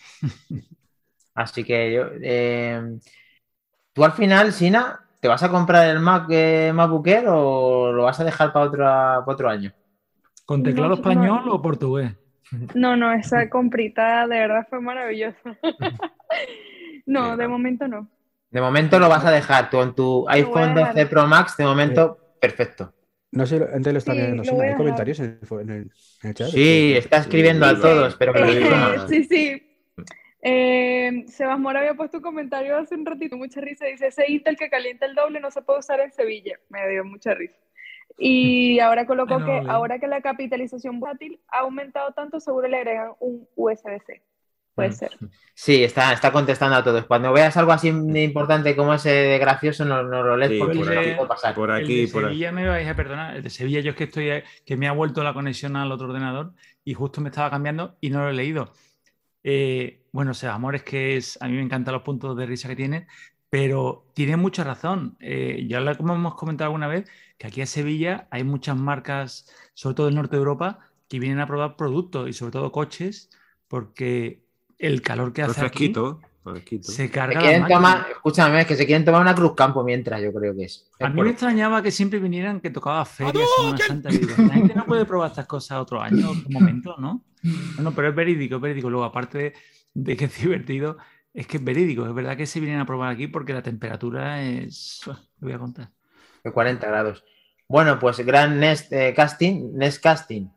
Así que yo. ¿Tú al final, Sina, te vas a comprar el MacBook Air o lo vas a dejar para otro año? ¿Con No, teclado no, español o portugués? no, esa comprita de verdad fue maravillosa. No, de momento no. De momento lo vas a dejar tú en tu Lo voy a iPhone 12 dejar. Pro Max, de eh, momento, perfecto. no sé, antes lo estaba Sí, mirando, lo Sina, voy ¿hay a dejar. comentarios en el chat? Es Sí, que está escribiendo a todos, Dice, pero que lo leímos. sí, sí. Sebas Mora había puesto un comentario hace un ratito, mucha risa. Dice, ese Intel que calienta el doble no se puede usar en Sevilla. Me dio mucha risa. Y ahora Ay, colocó no lo que leí. ahora que la capitalización volátil ha aumentado tanto, seguro le agregan un USB-C. Puede ser. Sí, está contestando a todos. Cuando veas algo así de importante como ese de gracioso, no lo lees Sí, Yo porque por se nos aquí, puede pasar. por el de aquí, por aquí. Sevilla me vais a perdonar. El de Sevilla, yo es que estoy, que me ha vuelto la conexión al otro ordenador y justo me estaba cambiando y no lo he leído. Bueno, o sea, amor, es que a mí me encantan los puntos de risa que tiene, pero tiene mucha razón. Como hemos comentado alguna vez, que aquí en Sevilla hay muchas marcas, sobre todo del norte de Europa, que vienen a probar productos y sobre todo coches, porque el calor que Pues hace aquí fresquito, fresquito. se Se carga las quieren máquinas. tomar, escúchame, es que se quieren tomar una Cruz Campo mientras, yo creo que es. A Es mí por me eso. extrañaba que siempre vinieran que tocaba feria, Semana Santa. Digo, la gente no puede probar estas cosas otro año, otro momento, ¿no? No, pero es verídico, es verídico. Luego, aparte de que es divertido, es que es verídico. Es verdad que se vienen a probar aquí porque la temperatura es. Lo voy a contar. De 40 grados. Bueno, pues gran Nest Casting.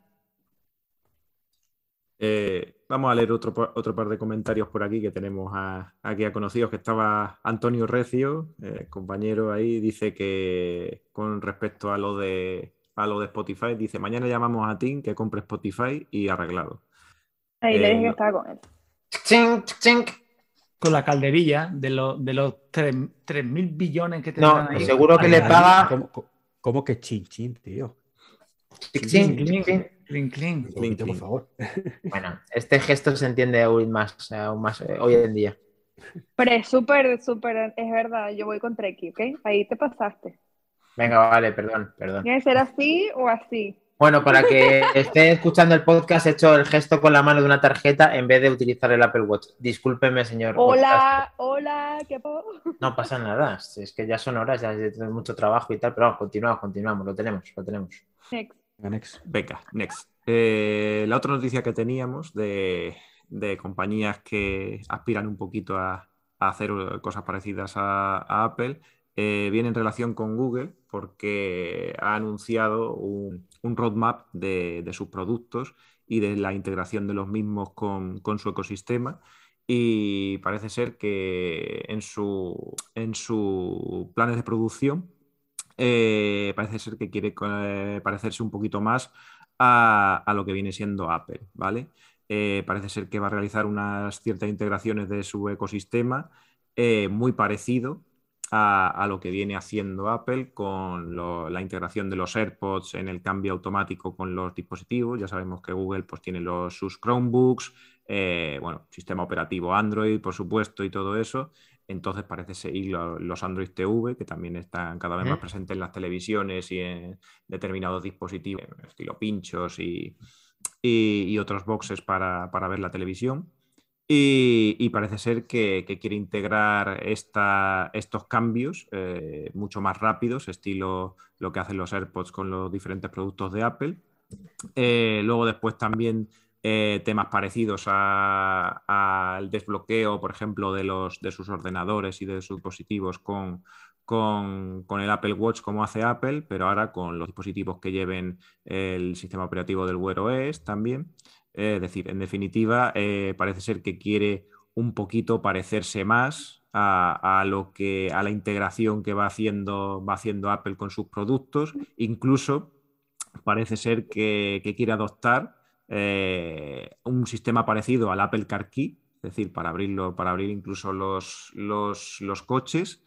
Vamos a leer otro par de comentarios por aquí que tenemos aquí a conocidos, que estaba Antonio Recio, compañero ahí, dice que con respecto a lo de Spotify, dice, mañana llamamos a Tim que compre Spotify y arreglado. Ahí le dije que Lo- estaba con él. Ching, ching. Con la calderilla de los 3.000 billones que No, tendrán ahí. seguro que le calderilla, paga. ¿cómo que chin chin, tío? Ching, Chin Clean, ching, chin. ching, clean, ching. clean, clean. Un Clink, poquito, por clink. favor. Bueno, este gesto se entiende aún más hoy en día. Pero es súper, súper, es verdad. Yo voy con Treki, ¿ok? Ahí te pasaste. Venga, vale, perdón. Tiene que ser así o así. Bueno, para que esté escuchando el podcast, he hecho el gesto con la mano de una tarjeta en vez de utilizar el Apple Watch. Discúlpeme, señor podcaster. Hola, ¿qué No pasa nada, es que ya son horas, ya hay mucho trabajo y tal, pero vamos, continuamos, lo tenemos. Next. Next. Venga, next. La otra noticia que teníamos de compañías que aspiran un poquito a hacer cosas parecidas a Apple viene en relación con Google porque ha anunciado un roadmap de sus productos y de la integración de los mismos con su ecosistema. Y parece ser que en su planes de producción parece ser que quiere parecerse un poquito más a lo que viene siendo Apple, ¿vale? Parece ser que va a realizar unas ciertas integraciones de su ecosistema muy parecido a lo que viene haciendo Apple con la integración de los AirPods en el cambio automático con los dispositivos. Ya sabemos que Google pues, tiene sus Chromebooks, bueno, sistema operativo Android, por supuesto, y todo eso. Entonces parece ser, y los Android TV, que también están cada vez más presentes en las televisiones y en determinados dispositivos, estilo pinchos y otros boxes para ver la televisión. Y parece ser que quiere integrar estos cambios mucho más rápidos, estilo lo que hacen los AirPods con los diferentes productos de Apple. Luego después también temas parecidos al desbloqueo, por ejemplo, de sus ordenadores y de sus dispositivos con con el Apple Watch como hace Apple, pero ahora con los dispositivos que lleven el sistema operativo del Wear OS también. Es decir, en definitiva, parece ser que quiere un poquito parecerse más a la integración que va haciendo Apple con sus productos. Incluso parece ser que quiere adoptar un sistema parecido al Apple Car Key, es decir, para abrir incluso los coches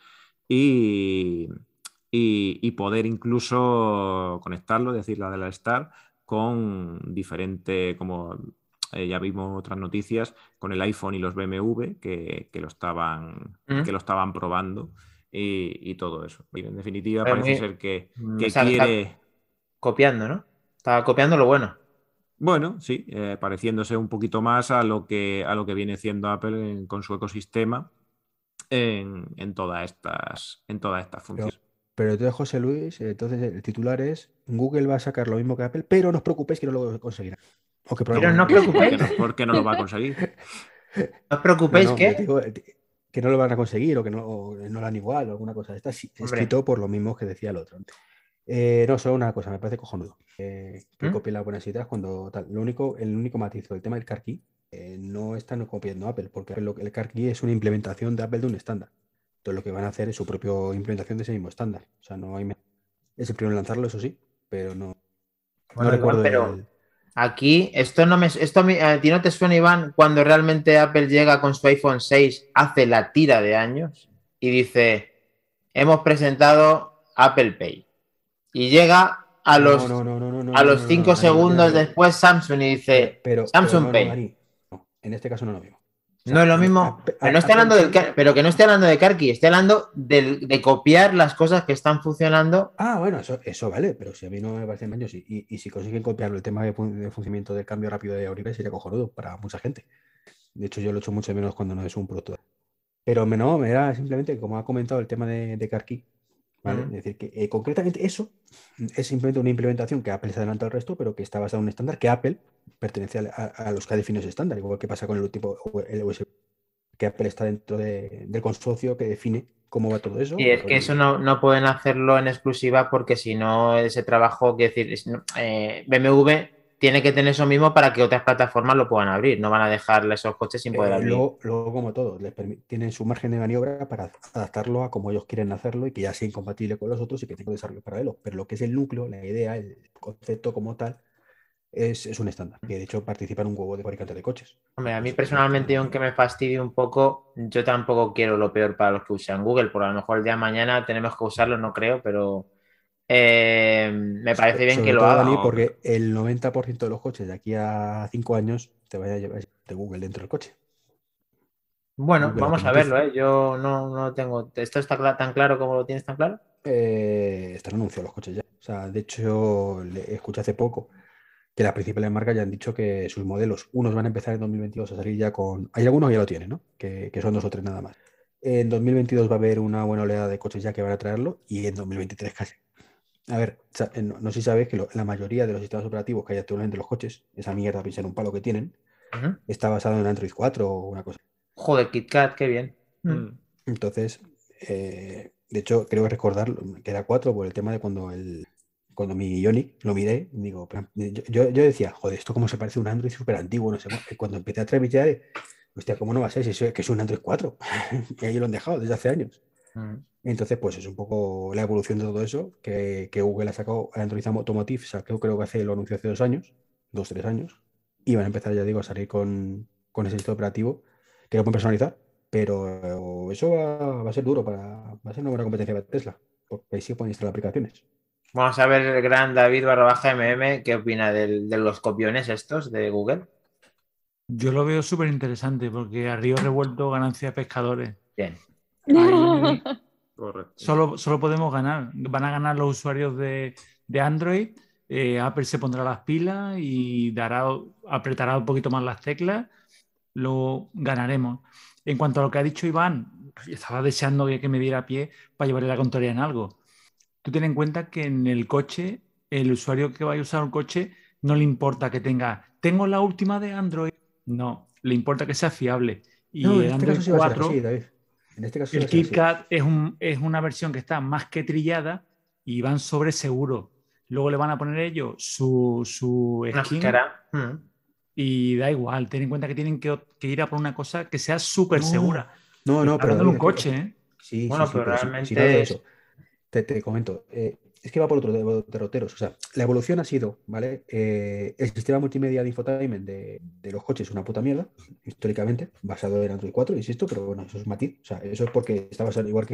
y poder incluso conectarlo, es decir, la de la Star, con diferente, como ya vimos otras noticias, con el iPhone y los BMW que lo estaban probando y todo eso. Y en definitiva, Pero parece ser que o sea, quiere... está copiando, ¿no? Está copiando lo bueno. Bueno, sí, pareciéndose un poquito más a lo que viene haciendo Apple con su ecosistema en todas estas funciones. Pero entonces, José Luis, entonces el titular es: Google va a sacar lo mismo que Apple, pero no os preocupéis que no lo conseguirá. O que Pero no os probablemente preocupéis. ¿Por qué no lo va a conseguir? No os preocupéis yo que... digo, que no lo van a conseguir o que no lo han igual o alguna cosa. Está escrito por lo mismo que decía el otro. No, solo una cosa, me parece cojonudo. Que copien las buenas ideas cuando tal. El único matiz del tema del Car Key no están copiando Apple, porque el Car Key es una implementación de Apple de un estándar. Entonces lo que van a hacer es su propia implementación de ese mismo estándar. O sea, no hay... Es el primero en lanzarlo, eso sí, pero no, Bueno, no recuerdo Iván, pero aquí, a ti no te suena, Iván, cuando realmente Apple llega con su iPhone 6 hace la tira de años y dice, hemos presentado Apple Pay. Y llega a los 5 segundos después Samsung y dice, Samsung Pay. Dani, no, en este caso no lo mismo. O sea, No es lo mismo. Pero no estoy hablando pero que no estoy hablando de Car-Key, estoy hablando de copiar las cosas que están funcionando. Ah, bueno, eso vale, pero si a mí no me parece engaño, y si consiguen copiarlo, el tema de funcionamiento del cambio rápido de Auricle sería cojonudo para mucha gente. De hecho, yo lo echo mucho de menos cuando no es un producto. Pero no, me era simplemente, como ha comentado, el tema de Car-Key, ¿vale? Es decir, que concretamente eso es simplemente una implementación que Apple se adelanta al resto, pero que está basada en un estándar que Apple pertenece a los que ha definido ese estándar, igual que pasa con el tipo el USB, que Apple está dentro del consorcio que define cómo va todo eso. Y es que eso no pueden hacerlo en exclusiva porque si no, ese trabajo, quiero decir, BMW tiene que tener eso mismo para que otras plataformas lo puedan abrir. No van a dejarle esos coches sin poder abrir. Luego, como todo, tienen su margen de maniobra para adaptarlo a como ellos quieren hacerlo y que ya sea incompatible con los otros y que tenga desarrollo paralelo. Pero lo que es el núcleo, la idea, el concepto como tal, es un estándar. Que de hecho participa en un huevo de fabricantes de coches. Hombre, a mí personalmente, aunque me fastidie un poco, yo tampoco quiero lo peor para los que usan Google. Por a lo mejor el día de mañana tenemos que usarlo, no creo, pero me parece bien que lo hagan. Dani, porque el 90% de los coches de aquí a 5 años te vaya a llevar de Google dentro del coche. Bueno, Google vamos a verlo, ¿eh? Yo no tengo... ¿Esto está tan claro como lo tienes tan claro? Están anunciados los coches ya. O sea, de hecho, escuché hace poco que las principales marcas ya han dicho que sus modelos, unos van a empezar en 2022 a salir ya con... Hay algunos que ya lo tienen, ¿no? Que son 2 o 3 nada más. En 2022 va a haber una buena oleada de coches ya que van a traerlo y en 2023 casi. A ver, no sé si sabéis que la mayoría de los sistemas operativos que hay actualmente en los coches, esa mierda pinche en un palo que tienen, está basado en Android 4 o una cosa. Joder, KitKat, qué bien. Entonces, de hecho, creo que recordar que era 4 por el tema de cuando mi Ioniq lo miré, digo, yo decía, joder, esto como se parece a un Android súper antiguo, no sé, cuando empecé a travillar, hostia, ¿cómo no va a ser si que es un Android 4? Y ahí lo han dejado desde hace años. Entonces, pues es un poco la evolución de todo eso, que Google ha sacado Android Automotive, creo que lo anunció hace 2 años, 2-3 años, y van a empezar, ya digo, a salir con ese sistema operativo que lo pueden personalizar, pero eso va a ser duro, va a ser una buena competencia para Tesla, porque ahí sí pueden instalar aplicaciones. Vamos a ver el gran David _MM, ¿qué opina de los copiones estos de Google? Yo lo veo súper interesante porque a río revuelto ganancia de pescadores. Bien. Correcto. Solo podemos ganar. Van a ganar los usuarios de Android. Apple se pondrá las pilas y apretará un poquito más las teclas. Lo ganaremos. En cuanto a lo que ha dicho Iván, estaba deseando que me diera pie para llevarle la contraria en algo. Tú ten en cuenta que en el coche, el usuario que vaya a usar un coche, no le importa que tengo la última de Android. No, le importa que sea fiable. Y no, el Android 4, sí, David. En este caso El va a ser así. KitKat es una versión que está más que trillada y van sobre seguro. Luego le van a poner ellos su Una skin cara. y da igual. Ten en cuenta que tienen que ir a por una cosa que sea súper segura. No, Está pero hablando de David, un coche, ¿eh? sí, Bueno, pero pero si no de realmente eso. Te comento, es que va por otros derroteros. O sea, la evolución ha sido, ¿vale? El sistema multimedia de infotainment de los coches es una puta mierda, históricamente, basado en Android 4, insisto, pero bueno, eso es matiz. O sea, eso es porque está basado igual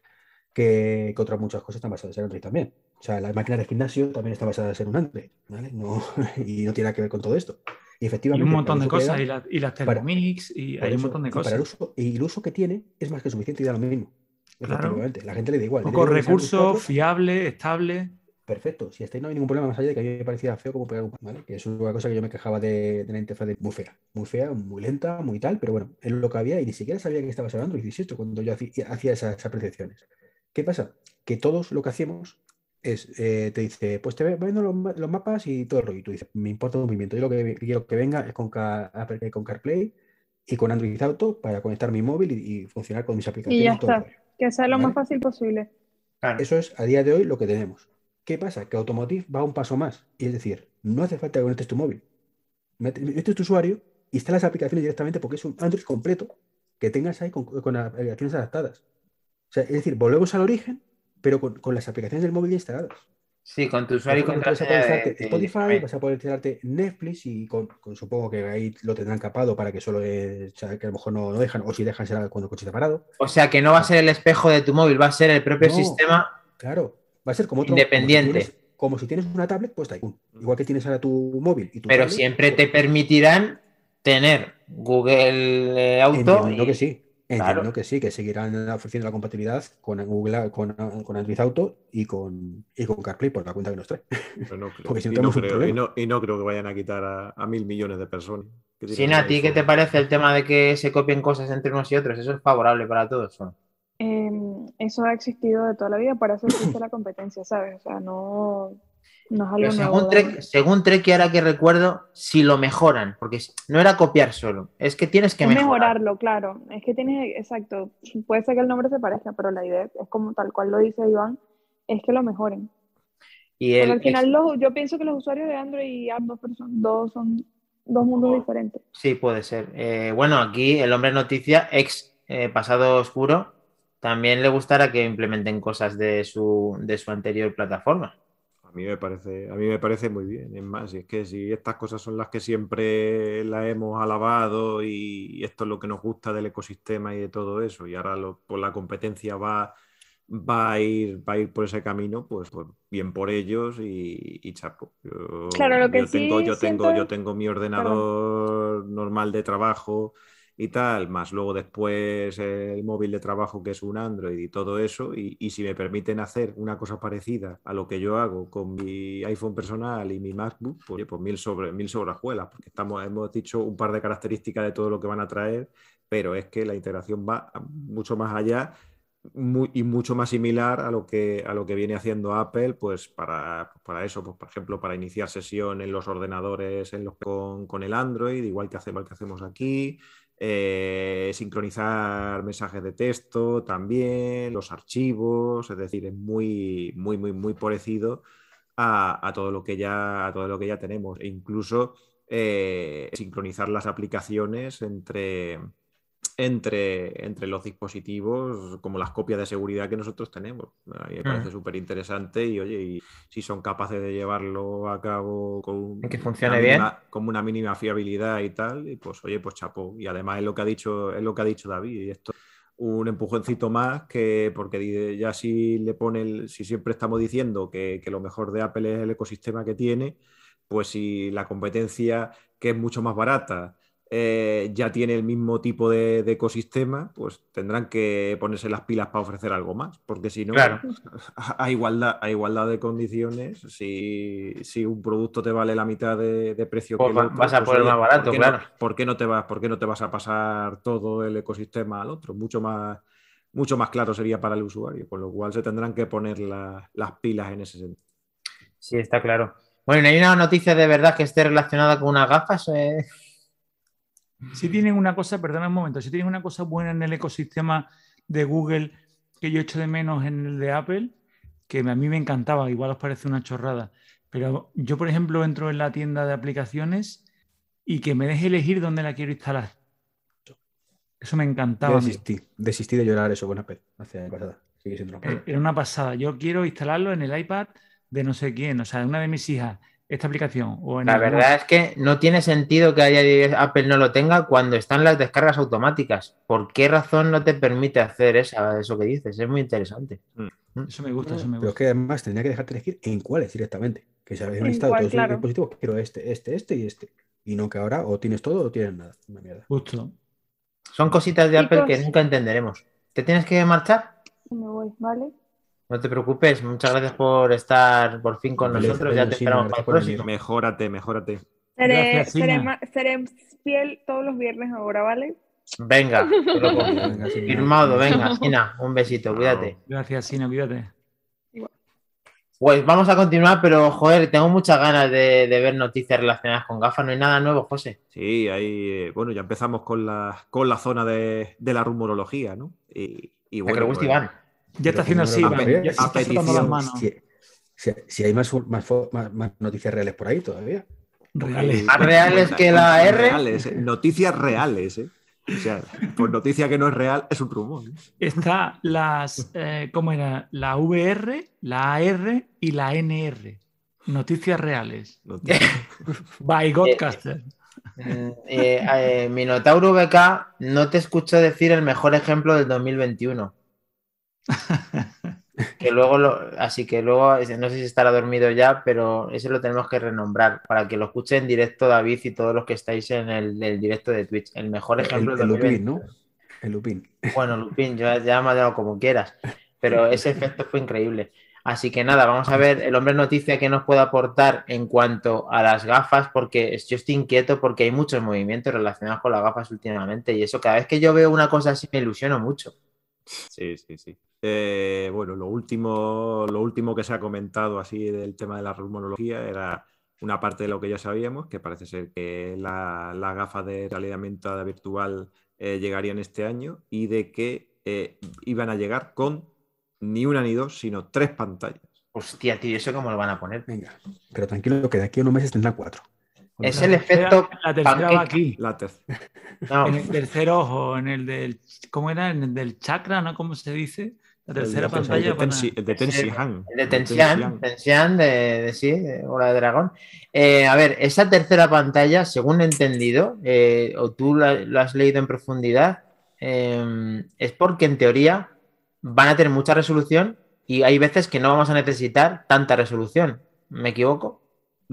que otras muchas cosas están basadas en Android también. O sea, las máquinas de gimnasio también están basadas en un Android, ¿vale? No, y no tiene nada que ver con todo esto. Y Y un efectivamente, para montón el de uso que le cosas, dan, y las para, Thermomix, y por hay un eso, montón de y para el cosas. uso, y el uso que tiene es más que suficiente y da lo mismo. Claro. Efectivamente, la gente le da igual. Le da Pocos igual que sea Android recursos, 4. fiable, estable. Perfecto, si hasta ahí no hay ningún problema más allá de que a mí me parecía feo como pegar un ¿vale? Que eso es una cosa que yo me quejaba de la interfaz muy fea, muy lenta, muy tal, pero bueno, es lo que había y ni siquiera sabía que estaba hablando y insisto, cuando yo hacía esas apreciaciones. ¿Qué pasa? Que todos lo que hacemos es, te dice, pues te vendo los mapas y todo el rollo, y tú dices, me importa un movimiento, yo lo que quiero que venga es con CarPlay y con Android Auto para conectar mi móvil y funcionar con mis Y ya aplicaciones y todo el está. rollo, Que sea lo más ¿vale? fácil posible. claro. Eso es a día de hoy lo que tenemos. ¿Qué pasa? Que Automotive va un paso más. Y es decir, no hace falta que conectes tu móvil. Metes tu usuario, instalas aplicaciones directamente porque es un Android completo que tengas ahí con aplicaciones adaptadas. O sea, es decir, volvemos al origen, pero con las aplicaciones del móvil instaladas. Sí, con tu De usuario y forma que tú vas a poder contraseña instalarte de Spotify, Gmail. vas a poder instalarte Netflix y supongo que ahí lo tendrán capado para que solo, o sea, que a lo mejor no dejan, o si dejan será cuando el coche está parado. O sea, que no va a ser el espejo de tu móvil, va a ser el propio No, sistema claro, va a ser como otro, independiente. como si tienes una tablet, pues Tycoon. Igual que tienes ahora tu móvil y tu Pero tablet, siempre te permitirán tener Google Auto entiendo que y, sí. claro. Entiendo que sí, que seguirán ofreciendo la compatibilidad con Google, con Android Auto y con CarPlay por la cuenta que nos trae. Pero no creo. Porque si no Y no tenemos un creo, problema. y no creo que vayan a quitar a 1.000 millones de personas que tienen Sin un a ti, ¿qué te iPhone. parece el tema de que se copien cosas entre unos y otros? Eso es favorable para todos, ¿no? Eso ha existido de toda la vida, para eso existe la competencia, ¿sabes? O sea, no es Pero algo nuevo, obviamente. según Trek, y ahora que recuerdo, si lo mejoran, porque no era copiar solo, es que tienes que Es mejorar. mejorarlo, claro. Es que tienes, exacto, puede ser que el nombre se parezca, pero la idea es como tal cual lo dice Iván, es que lo mejoren. Y Porque al final yo pienso que los usuarios de Android y ambos son dos mundos diferentes. sí, puede ser. Bueno, aquí el hombre noticia, ex pasado oscuro, también le gustará que implementen cosas de su anterior plataforma. A mí me parece muy bien. Es más, si es que si estas cosas son las que siempre las hemos alabado y esto es lo que nos gusta del ecosistema y de todo eso, y ahora pues la competencia va a ir por ese camino, pues bien por ellos y chapo. Claro, lo que sí siento Yo es, tengo mi perdón, ordenador normal de trabajo y tal, más luego después el móvil de trabajo que es un Android y todo eso, y si me permiten hacer una cosa parecida a lo que yo hago con mi iPhone personal y mi MacBook, pues, oye, pues mil sobre hojuelas, porque hemos dicho un par de características de todo lo que van a traer, pero es que la integración va mucho más allá y mucho más similar a lo que viene haciendo Apple, pues para eso, pues por ejemplo, para iniciar sesión en los ordenadores con el Android, igual que hacemos aquí, sincronizar mensajes de texto también, los archivos, es decir, es muy, muy, muy, muy parecido a todo lo que a todo lo que ya tenemos, e incluso sincronizar las aplicaciones entre los dispositivos, como las copias de seguridad que nosotros tenemos. A mí me parece súper interesante y, oye, y si son capaces de llevarlo a cabo Que funcione bien. con una mínima fiabilidad y tal, y pues, oye, pues chapó. Y además es lo que ha dicho David, y esto un empujoncito más que porque ya si le pone si siempre estamos diciendo que lo mejor de Apple es el ecosistema que tiene, pues si la competencia, que es mucho más barata, ya tiene el mismo tipo de ecosistema, pues tendrán que ponerse las pilas para ofrecer algo más, porque si no, Claro. a igualdad de condiciones, si un producto te vale la mitad de precio Pues que el otro, vas a pues poder oye, más barato, claro. ¿por qué no te vas a pasar todo el ecosistema al otro? Mucho más claro sería para el usuario, con lo cual se tendrán que poner las pilas en ese sentido. Sí, está claro. Bueno, ¿y no hay una noticia de verdad que esté relacionada con unas gafas? Si tienen una cosa, perdona un momento, si tienen una cosa buena en el ecosistema de Google que yo echo de menos en el de Apple, que a mí me encantaba, igual os parece una chorrada, pero yo, por ejemplo, entro en la tienda de aplicaciones y que me deje elegir dónde la quiero instalar. Eso me encantaba. Yo desistí de llorar eso con Apple hace años pasada. Sigue siendo una pasada. Era una pasada. Yo quiero instalarlo en el iPad de no sé quién, o sea, de una de mis hijas, esta aplicación. O en La verdad es que no tiene sentido que Apple no lo tenga cuando están las descargas automáticas. ¿Por qué razón no te permite hacer eso que dices? Es muy interesante. Eso me gusta, eso me Pero es gusta. que además tendría que dejarte elegir en cuáles directamente. Que si habéis ¿En listado cuál? todos Claro. los dispositivos, quiero este y este. Y no que ahora o tienes todo o tienes nada. Una mierda. Justo. Son cositas de Apple que Chicos. nunca entenderemos. ¿Te tienes que marchar? Me voy, ¿vale? No te preocupes. Muchas gracias por estar por fin con Vale, nosotros. Ya te sí, esperamos gracias para el por venir. próximo. Mejórate. Gracias, Sina. Seré fiel todos los viernes ahora, ¿vale? Venga, te lo compro. Venga, Sina. Firmado, venga, Sina, un besito, cuídate. Gracias, Sina, cuídate. Pues vamos a continuar, pero joder, tengo muchas ganas de ver noticias relacionadas con gafas. No hay nada nuevo, José. Sí, ahí, bueno, ya empezamos con la zona de la rumorología, ¿no? Y Que bueno, le gusta pues, Iván. Ya está haciendo así, a Iván. ver, Ya se a está frotando las petición, manos. Si hay más noticias reales por ahí todavía. Reales. Más reales que la R. Reales, noticias reales, ¿eh? O sea, pues noticia que no es real es un rumor, ¿no? Está ¿cómo era? La VR, la AR y la NR. Noticias reales. By Godcaster. Minotauro VK, no te escucho decir el mejor ejemplo del 2021. Así que luego, no sé si estará dormido ya, pero ese lo tenemos que renombrar para que lo escuche en directo David y todos los que estáis en el directo de Twitch. El mejor ejemplo del El Lupin, 2021. ¿no? El Lupin. Bueno, Lupin, ya llámalo como quieras, pero ese efecto fue increíble. Así que nada, vamos a ver el hombre noticia que nos puede aportar en cuanto a las gafas, porque yo estoy inquieto porque hay muchos movimientos relacionados con las gafas últimamente y eso, cada vez que yo veo una cosa así me ilusiono mucho. Sí. Bueno, lo último que se ha comentado así del tema de la rumorología era una parte de lo que ya sabíamos, que parece ser que las gafas de realidad aumentada virtual llegarían este año y de que iban a llegar con ni una ni dos, sino 3 pantallas. Hostia, tío, ¿eso cómo lo van a poner? Venga, pero tranquilo que de aquí a unos meses tendrán 4. Es el efecto La tercera va pancake. aquí. La tercera. No, En el tercer ojo, en el del. ¿Cómo era? En el del chakra, ¿no? ¿Cómo se dice? La tercera pantalla. El de Tensihan. el de Tensian de Hora de Dragón. A ver, esa tercera pantalla, según he entendido, o tú lo has leído en profundidad, es porque en teoría van a tener mucha resolución y hay veces que no vamos a necesitar tanta resolución. ¿Me equivoco?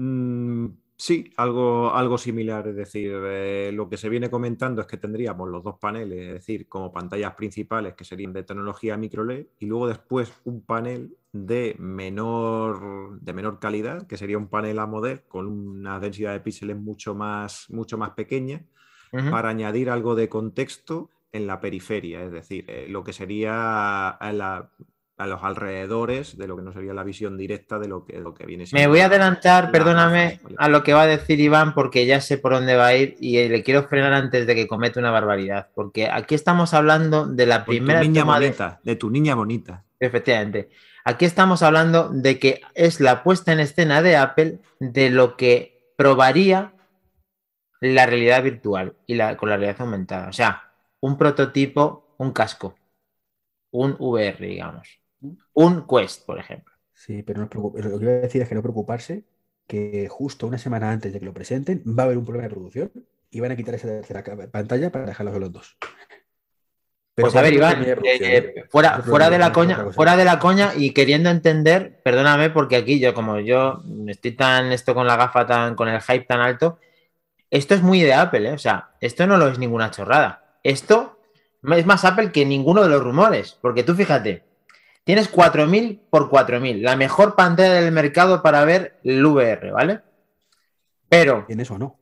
Sí, algo similar. Es decir, lo que se viene comentando es que tendríamos los 2 paneles, es decir, como pantallas principales que serían de tecnología microLED y luego después un panel de menor calidad, que sería un panel AMOLED con una densidad de píxeles mucho más pequeña, para añadir algo de contexto en la periferia, es decir, lo que sería a los alrededores de lo que no sería la visión directa de lo que viene siendo. Me voy a adelantar, perdóname, gafas, ¿vale? a lo que va a decir Iván, porque ya sé por dónde va a ir y le quiero frenar antes de que cometa una barbaridad, porque aquí estamos hablando de la primera toma de tu niña bonita. Efectivamente. Aquí estamos hablando de que es la puesta en escena de Apple de lo que probaría la realidad virtual y con la realidad aumentada. O sea, un prototipo, un casco, un VR, digamos. Un Quest, por ejemplo. Sí, pero no os preocupéis. Lo que iba a decir es que no preocuparse, que justo una semana antes de que lo presenten va a haber un problema de producción y van a quitar esa tercera pantalla para dejarlos a los dos. Pues a ver, Iván, fuera de la coña y queriendo entender, perdóname, porque aquí como yo estoy con la gafa con el hype tan alto, esto es muy de Apple, ¿eh? O sea, esto no lo es ninguna chorrada. Esto es más Apple que ninguno de los rumores, porque tú fíjate, tienes 4000 por 4000, la mejor pantalla del mercado para ver el VR, ¿vale? Pero ¿En eso no?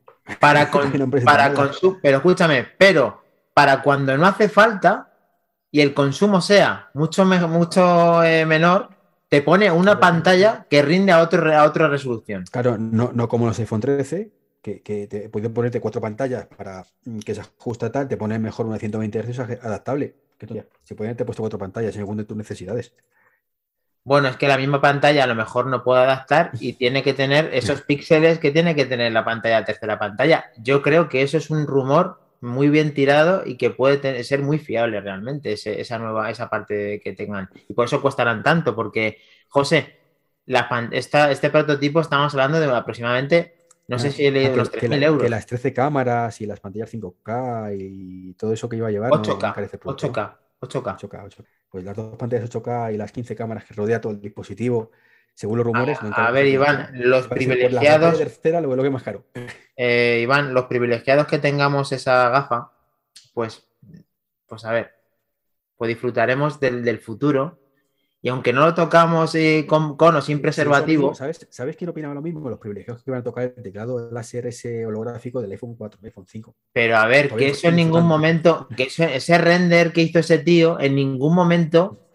pero escúchame, para cuando no hace falta y el consumo sea mucho menor, te pone una pantalla que rinde a otra resolución. Claro, no como los iPhone 13, que te pueden ponerte 4 pantallas para que se ajusta tal, te pone mejor una 120 Hz adaptable. Si pueden haberte puesto 4 pantallas según de tus necesidades. Bueno, es que la misma pantalla a lo mejor no puede adaptar y tiene que tener esos píxeles que tiene que tener la pantalla, tercera pantalla. Yo creo que eso es un rumor muy bien tirado y que puede ser muy fiable realmente, esa parte que tengan. Y por eso costarán tanto, porque, José, este prototipo estamos hablando de aproximadamente, no sé si he leído los 3.000 euros. Que las 13 cámaras y las pantallas 5K y todo eso que iba a llevar 8K. Pues las 2 pantallas 8K y las 15 cámaras que rodea todo el dispositivo, según los rumores... A ver, Iván, los privilegiados... tercera, lo que es más caro. Iván, los privilegiados que tengamos esa gafa, pues a ver, pues disfrutaremos del futuro. Y aunque no lo tocamos con o sin preservativo... ¿Sabes quién opinaba lo mismo? Los privilegios que iban a tocar el teclado láser ese holográfico del iPhone 4, iPhone 5. Pero a ver, que eso en ningún momento, que ese render que hizo ese tío, en ningún momento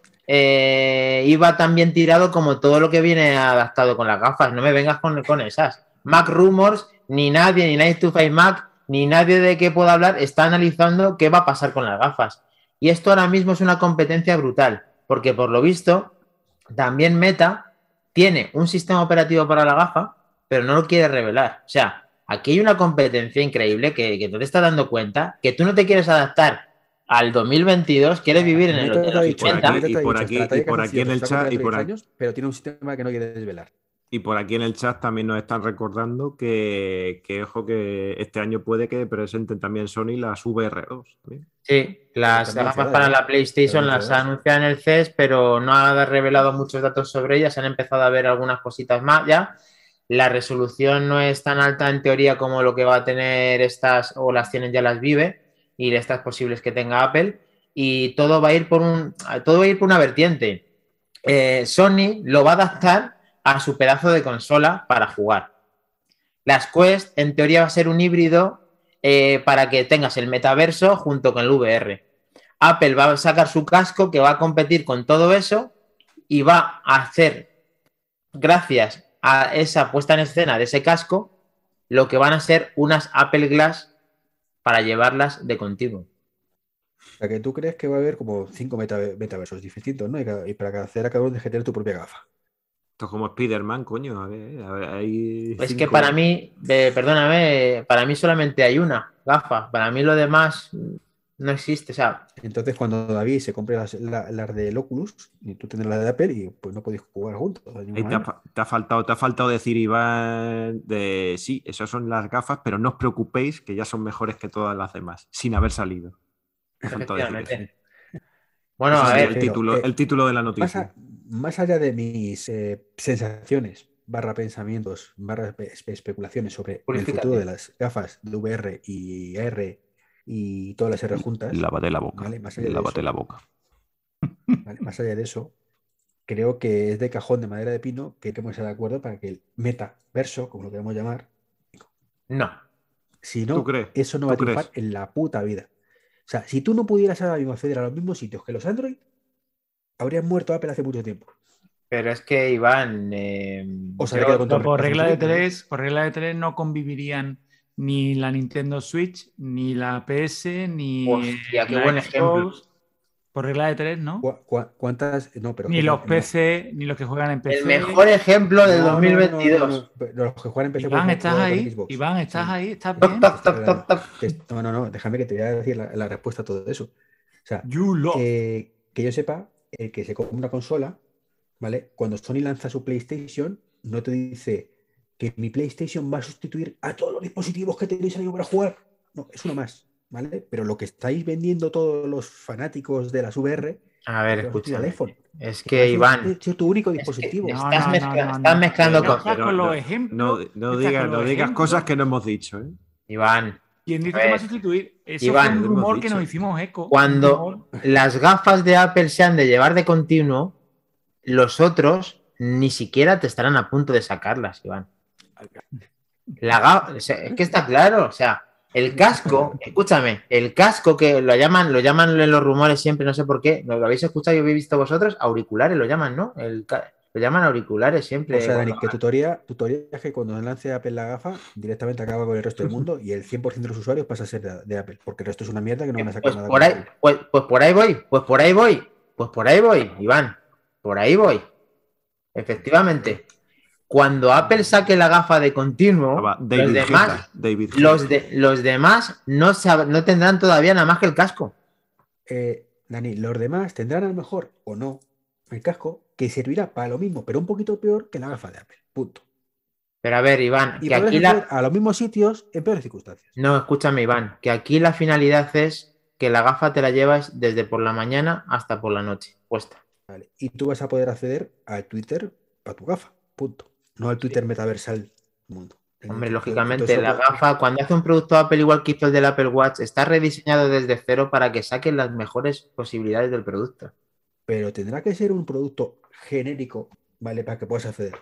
iba tan bien tirado como todo lo que viene adaptado con las gafas. No me vengas con esas. Mac Rumors, ni nadie, ni Nice to Five Mac, ni nadie de que pueda hablar está analizando qué va a pasar con las gafas. Y esto ahora mismo es una competencia brutal. Porque por lo visto, también Meta tiene un sistema operativo para la gafa, pero no lo quiere revelar. O sea, aquí hay una competencia increíble que no te estás dando cuenta, que tú no te quieres adaptar al 2022, quieres vivir en el 80. Y por aquí en el chat, pero tiene un sistema que no quiere desvelar. Y por aquí en el chat también nos están recordando que ojo, que este año puede que presenten también Sony las VR2. ¿También? Sí, las gafas para la PlayStation las anuncian en el CES, pero no ha revelado muchos datos sobre ellas. Se han empezado a ver algunas cositas más ya. La resolución no es tan alta en teoría como lo que va a tener estas, o las tienen ya las Vive, y estas posibles que tenga Apple. Y todo va a ir por una vertiente. Sony lo va a adaptar a su pedazo de consola para jugar. Las Quest, en teoría, va a ser un híbrido para que tengas el metaverso junto con el VR. Apple va a sacar su casco que va a competir con todo eso y va a hacer, gracias a esa puesta en escena de ese casco, lo que van a ser unas Apple Glass para llevarlas de continuo. O sea, que tú crees que va a haber como 5 metaversos distintos, ¿no? Y para hacer a cada uno de tener tu propia gafa. Esto es como Spider-Man, coño. A ver, hay es 5... que para mí, perdóname, para mí solamente hay una gafa. Para mí lo demás no existe. O sea, entonces, cuando David se compre las del Oculus, y tú tendrás la de Apple, y pues no podéis jugar juntos. Te ha faltado decir, Iván, sí, esas son las gafas, pero no os preocupéis que ya son mejores que todas las demás, sin haber salido. Efectivamente. Bueno, a ver. El título de la noticia. Más allá de mis sensaciones, pensamientos, especulaciones sobre el futuro de las gafas de VR y AR y todas las R juntas. Lávate la boca. ¿Vale? Más allá de eso, creo que es de cajón de madera de pino que tenemos que estar de acuerdo para que el metaverso, como lo queremos llamar, no. Si no, eso no va a triunfar en la puta vida. O sea, si tú no pudieras ahora mismo acceder a los mismos sitios que los Android, habrían muerto Apple hace mucho tiempo. Pero es que, Iván... por regla de tres no convivirían ni la Nintendo Switch, ni la PS, ni Hostia, qué buen ejemplo. Por regla de 3, ¿no? ¿Cuántas? No, pero ni los PC, ni los que juegan en PC. El mejor ejemplo del 2022. Los que juegan en PC. Iván, ¿estás ahí? Iván, ¿estás ahí? ¿Estás bien? No, déjame que te voy a decir la respuesta a todo eso. O sea, que yo sepa, el que se compra una consola, ¿vale? Cuando Sony lanza su PlayStation, no te dice que mi PlayStation va a sustituir a todos los dispositivos que tenéis ahí para jugar. No, es uno más. ¿Vale? Pero lo que estáis vendiendo todos los fanáticos de las VR, a ver, escucha, el iPhone. Es que Iván, es tu único dispositivo. Estás mezclando cosas. No digas cosas que no hemos dicho, ¿eh? Iván. ¿Quién dice que va a sustituir? Eso Iván, fue un rumor que nos hicimos eco. Cuando las gafas de Apple se han de llevar de continuo, los otros ni siquiera te estarán a punto de sacarlas, Iván. Es que está claro, o sea. El casco, escúchame, el casco que lo llaman en los rumores siempre, no sé por qué, ¿lo habéis escuchado y lo habéis visto vosotros? Auriculares lo llaman, ¿no? Lo llaman auriculares siempre. O sea, Dani, cuando- que tu teoría es que cuando lance Apple la gafa, directamente acaba con el resto del mundo y el 100% de los usuarios pasa a ser de Apple, porque el resto es una mierda que no van a sacar Pues nada por con ahí, Apple. pues por ahí voy, pues por ahí voy, pues por ahí voy, Iván. Por ahí voy. Efectivamente. Cuando Apple saque la gafa de continuo, Ah, va, los David demás, Guetta, David Guetta. los demás no tendrán todavía nada más que el casco. Dani, los demás tendrán a lo mejor o no el casco que servirá para lo mismo, pero un poquito peor que la gafa de Apple. Punto. Pero a ver, Iván, Y que podrás aquí acceder a los mismos sitios en peores circunstancias. No, escúchame, Iván, que aquí la finalidad es que la gafa te la llevas desde por la mañana hasta por la noche, puesta. ¿Vale? Y tú vas a poder acceder al Twitter para tu gafa. Punto. No al Twitter metaversal del mundo. Hombre, Entonces, lógicamente, la pues, gafa, cuando hace un producto Apple igual que hizo el del Apple Watch, está rediseñado desde cero para que saquen las mejores posibilidades del producto. pero tendrá que ser un producto genérico, ¿vale? Para que puedas acceder.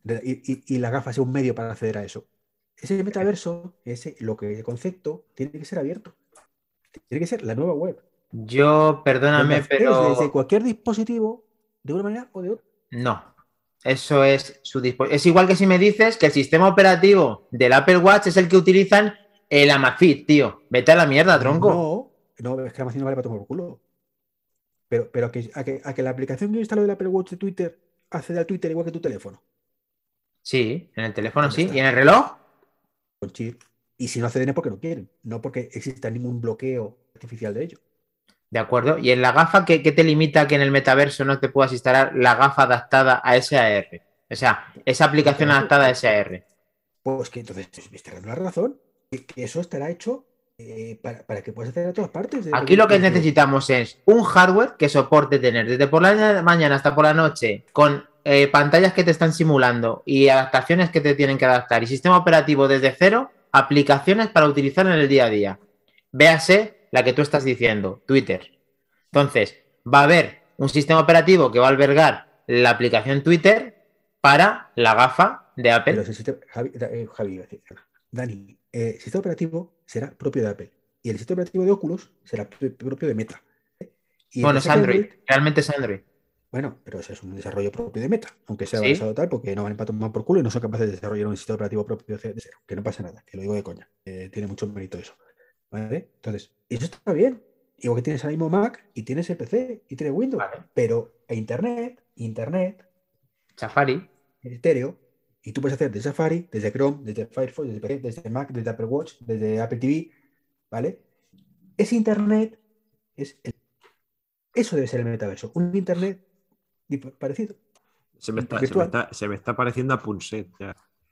Y la gafa sea un medio para acceder a eso. Ese metaverso, el concepto, tiene que ser abierto. Tiene que ser la nueva web. Yo, Donde perdóname, accedes desde pero cualquier dispositivo, de una manera o de otra. no. Eso es su disposición. Es igual que si me dices que el sistema operativo del Apple Watch es el que utilizan el Amazfit, tío. Vete a la mierda, tronco. No, es que la máquina no vale para tomar por culo. Pero a que la aplicación que yo instalo del Apple Watch de Twitter accede al Twitter igual que tu teléfono. Sí, en el teléfono Pues ya sí. está. ¿Y en el reloj? Con chip. Y si no acceden es porque no quieren, no porque exista ningún bloqueo artificial de ello. De acuerdo. ¿Y en la gafa qué te limita que en el metaverso no te puedas instalar la gafa adaptada a SAR? O sea, esa aplicación adaptada a SAR. Pues que entonces me está dando la razón. Que eso estará hecho para que puedas acceder a todas partes. Aquí lo que necesitamos es un hardware que soporte tener desde por la mañana hasta por la noche con pantallas que te están simulando y adaptaciones que te tienen que adaptar y sistema operativo desde cero, aplicaciones para utilizar en el día a día. Véase la que tú estás diciendo, Twitter. Entonces, va a haber un sistema operativo que va a albergar la aplicación Twitter para la gafa de Apple. Pero ese sistema, Javi, Dani, el sistema operativo será propio de Apple y el sistema operativo de Oculus será propio de Meta. Y Bueno, es Android, realmente es Android. Bueno, pero eso es un desarrollo propio de Meta, aunque sea ¿Sí? basado tal, porque no valen para tomar por culo y no son capaces de desarrollar un sistema operativo propio de cero. Que no pasa nada, que lo digo de coña. Tiene mucho mérito eso. ¿Vale? Entonces, eso está bien. Igual que tienes ahora mismo Mac y tienes el PC y tienes Windows, Vale. pero Internet, Safari. estéreo, y tú puedes hacer desde Safari, desde Chrome, desde Firefox, desde PC, desde Mac, desde Apple Watch, desde Apple TV, ¿vale? Ese Internet eso debe ser el metaverso, un Internet parecido. Se me virtual. se me está pareciendo a Punset ya.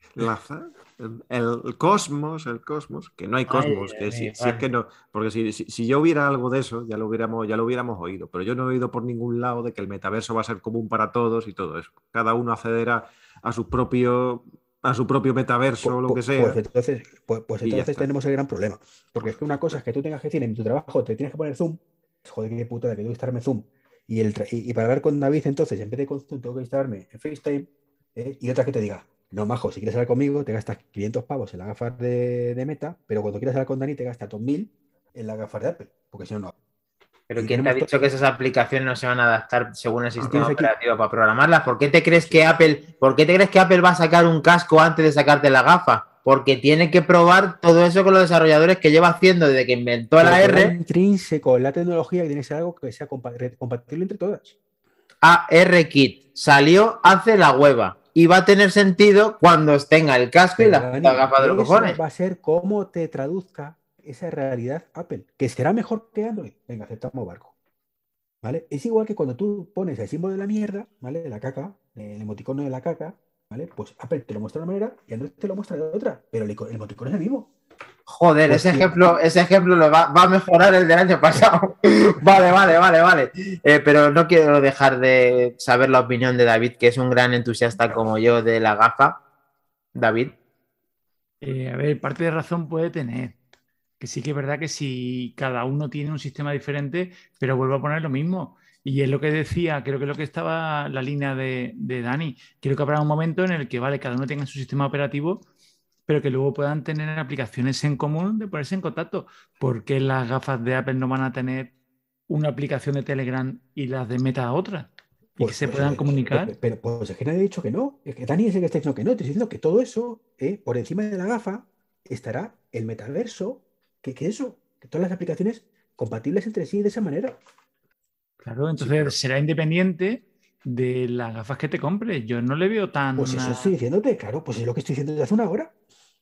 El cosmos, que no hay cosmos, Ay, que si vale. es que no, porque si yo hubiera algo de eso, ya lo hubiéramos oído, pero yo no he oído por ningún lado de que el metaverso va a ser común para todos y todo eso. Cada uno accederá a su propio metaverso o lo que sea. Pues entonces tenemos el gran problema. Porque es que una cosa es que tú tengas que decir en tu trabajo, te tienes que poner Zoom. Joder, qué putada que tengo que instalarme Zoom. Y para hablar con David, entonces, en vez de con Zoom, tengo que instalarme en FaceTime. Y otra que te diga, no, majo, si quieres hablar conmigo, te gastas 500 pavos en la gafas de Meta, pero cuando quieras hablar con Dani, te gastas 2000 en la gafas de Apple. Porque si no, no. Pero Y ¿quién te ha tenemos dicho que esas aplicaciones no se van a adaptar según el sistema tienes aquí- operativo para programarlas? ¿Por qué te crees que Apple va a sacar un casco antes de sacarte la gafa? Porque tiene que probar todo eso con los desarrolladores que lleva haciendo desde que inventó la Porque va R. intrínseco en la tecnología que tiene que ser algo que sea compatible entre todas. ARKit salió hace la hueva y va a tener sentido cuando tenga el casco y Pero, la Dani, puta gafa de los eso cojones. va a ser cómo te traduzca esa realidad Apple, que será mejor que Android. Venga, aceptamos barco. ¿Vale? Es igual que cuando tú pones el símbolo de la mierda, ¿vale? La caca, el emoticono de la caca, ¿vale? Pues Apple te lo muestra de una manera y Android te lo muestra de otra, pero el emoticono es el mismo. Joder, Pues ese ejemplo lo va a mejorar el del año pasado. Vale. Pero no quiero dejar de saber la opinión de David, que es un gran entusiasta como yo de la gafa. David. A ver, parte de razón puede tener. Que sí que es verdad que si cada uno tiene un sistema diferente, pero vuelvo a poner lo mismo. Y es lo que decía, creo que es lo que estaba la línea de Dani. Creo que habrá un momento en el que, vale, cada uno tenga su sistema operativo, pero que luego puedan tener aplicaciones en común de ponerse en contacto. ¿Por qué las gafas de Apple no van a tener una aplicación de Telegram y las de Meta otra? y que se puedan comunicar. Pero pues es que nadie ha dicho que no. Es que Dani es el que está diciendo que no. Estoy diciendo que todo eso, por encima de la gafa, estará el metaverso, que todas las aplicaciones compatibles entre sí de esa manera. Claro, entonces será independiente de las gafas que te compres. Yo no le veo tan... Pues eso estoy diciéndote, claro, pues es lo que estoy diciendo desde hace una hora.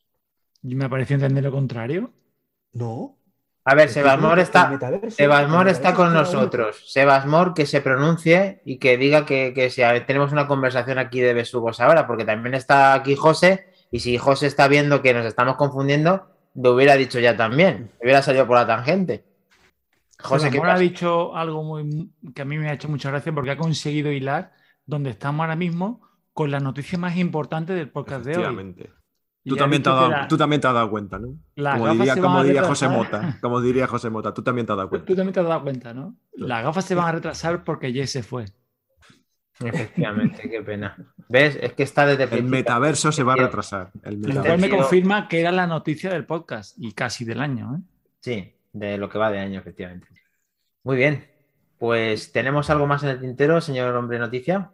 Me parece entender lo contrario. No. A ver, Estoy diciendo Sebasmor que está, el metaverso Sebasmor está con será único. nosotros. Sebasmor que se pronuncie y que diga que si tenemos una conversación aquí de besugos ahora, porque también está aquí José, y si José está viendo que nos estamos confundiendo, lo hubiera dicho ya también. Hubiera salido por la tangente. José, ¿qué Sebasmor ha pasa? dicho algo que a mí me ha hecho mucha gracia porque ha conseguido hilar donde estamos ahora mismo con la noticia más importante del podcast de hoy. Efectivamente. Y Tú ha también, dicho que tú también te has dado cuenta, ¿no? las Como gafas diría, se van como a diría José retrasar. Mota. Como diría José Mota. Tú también te has dado cuenta. Tú también te has dado cuenta, ¿no? Las gafas se van a retrasar porque Jay se fue. Efectivamente, qué pena. ¿Ves? Es que está desde El principio. metaverso se va a retrasar. El Lo cual metaverso. me tío- confirma que era la noticia del podcast y casi del año, ¿eh? Sí, de lo que va de año, efectivamente. Muy bien. Pues, ¿tenemos algo más en el tintero, señor hombre noticia?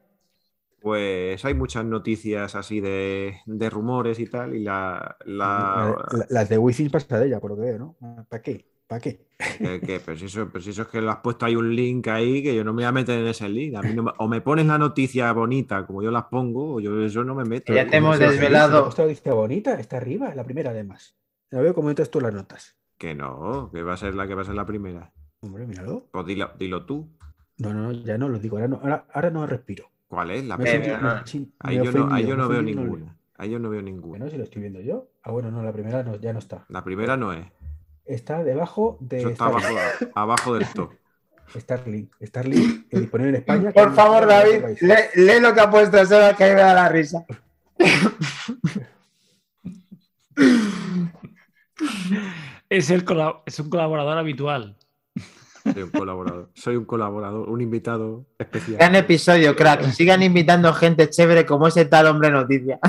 Pues hay muchas noticias así de rumores y tal. Y Las de Wi-Fi pasa de ella, por lo que veo, ¿no? ¿Para qué? ¿Para qué? Pero si eso es que le has puesto ahí un link ahí, que yo no me voy a meter en ese link. A mí o me pones la noticia bonita como yo las pongo, o yo no me meto. Ya te hemos ¿Cómo se desvelado. llama? Esta noticia bonita está arriba, la primera además. La veo como entras tú las notas. Que no, que va a ser la primera. Hombre, míralo. Pues dilo tú. No, ya no lo digo. Ahora no respiro. ¿Cuál es la Me primera? sentí- Ahí me yo ofendido, no me veo ofendido, no ninguna. Ahí yo no veo Que ninguna. no, si lo estoy viendo yo. Ah, bueno, no, la primera ya no está. La primera no es. Está debajo de Eso está abajo del top. Starlink, disponible en España. Por favor, David, lee lo que ha puesto Seba, que ahí me da la risa. Es un colaborador habitual. Soy un colaborador, un invitado especial. Gran episodio, crack. Sigan invitando gente chévere como ese tal hombre noticia.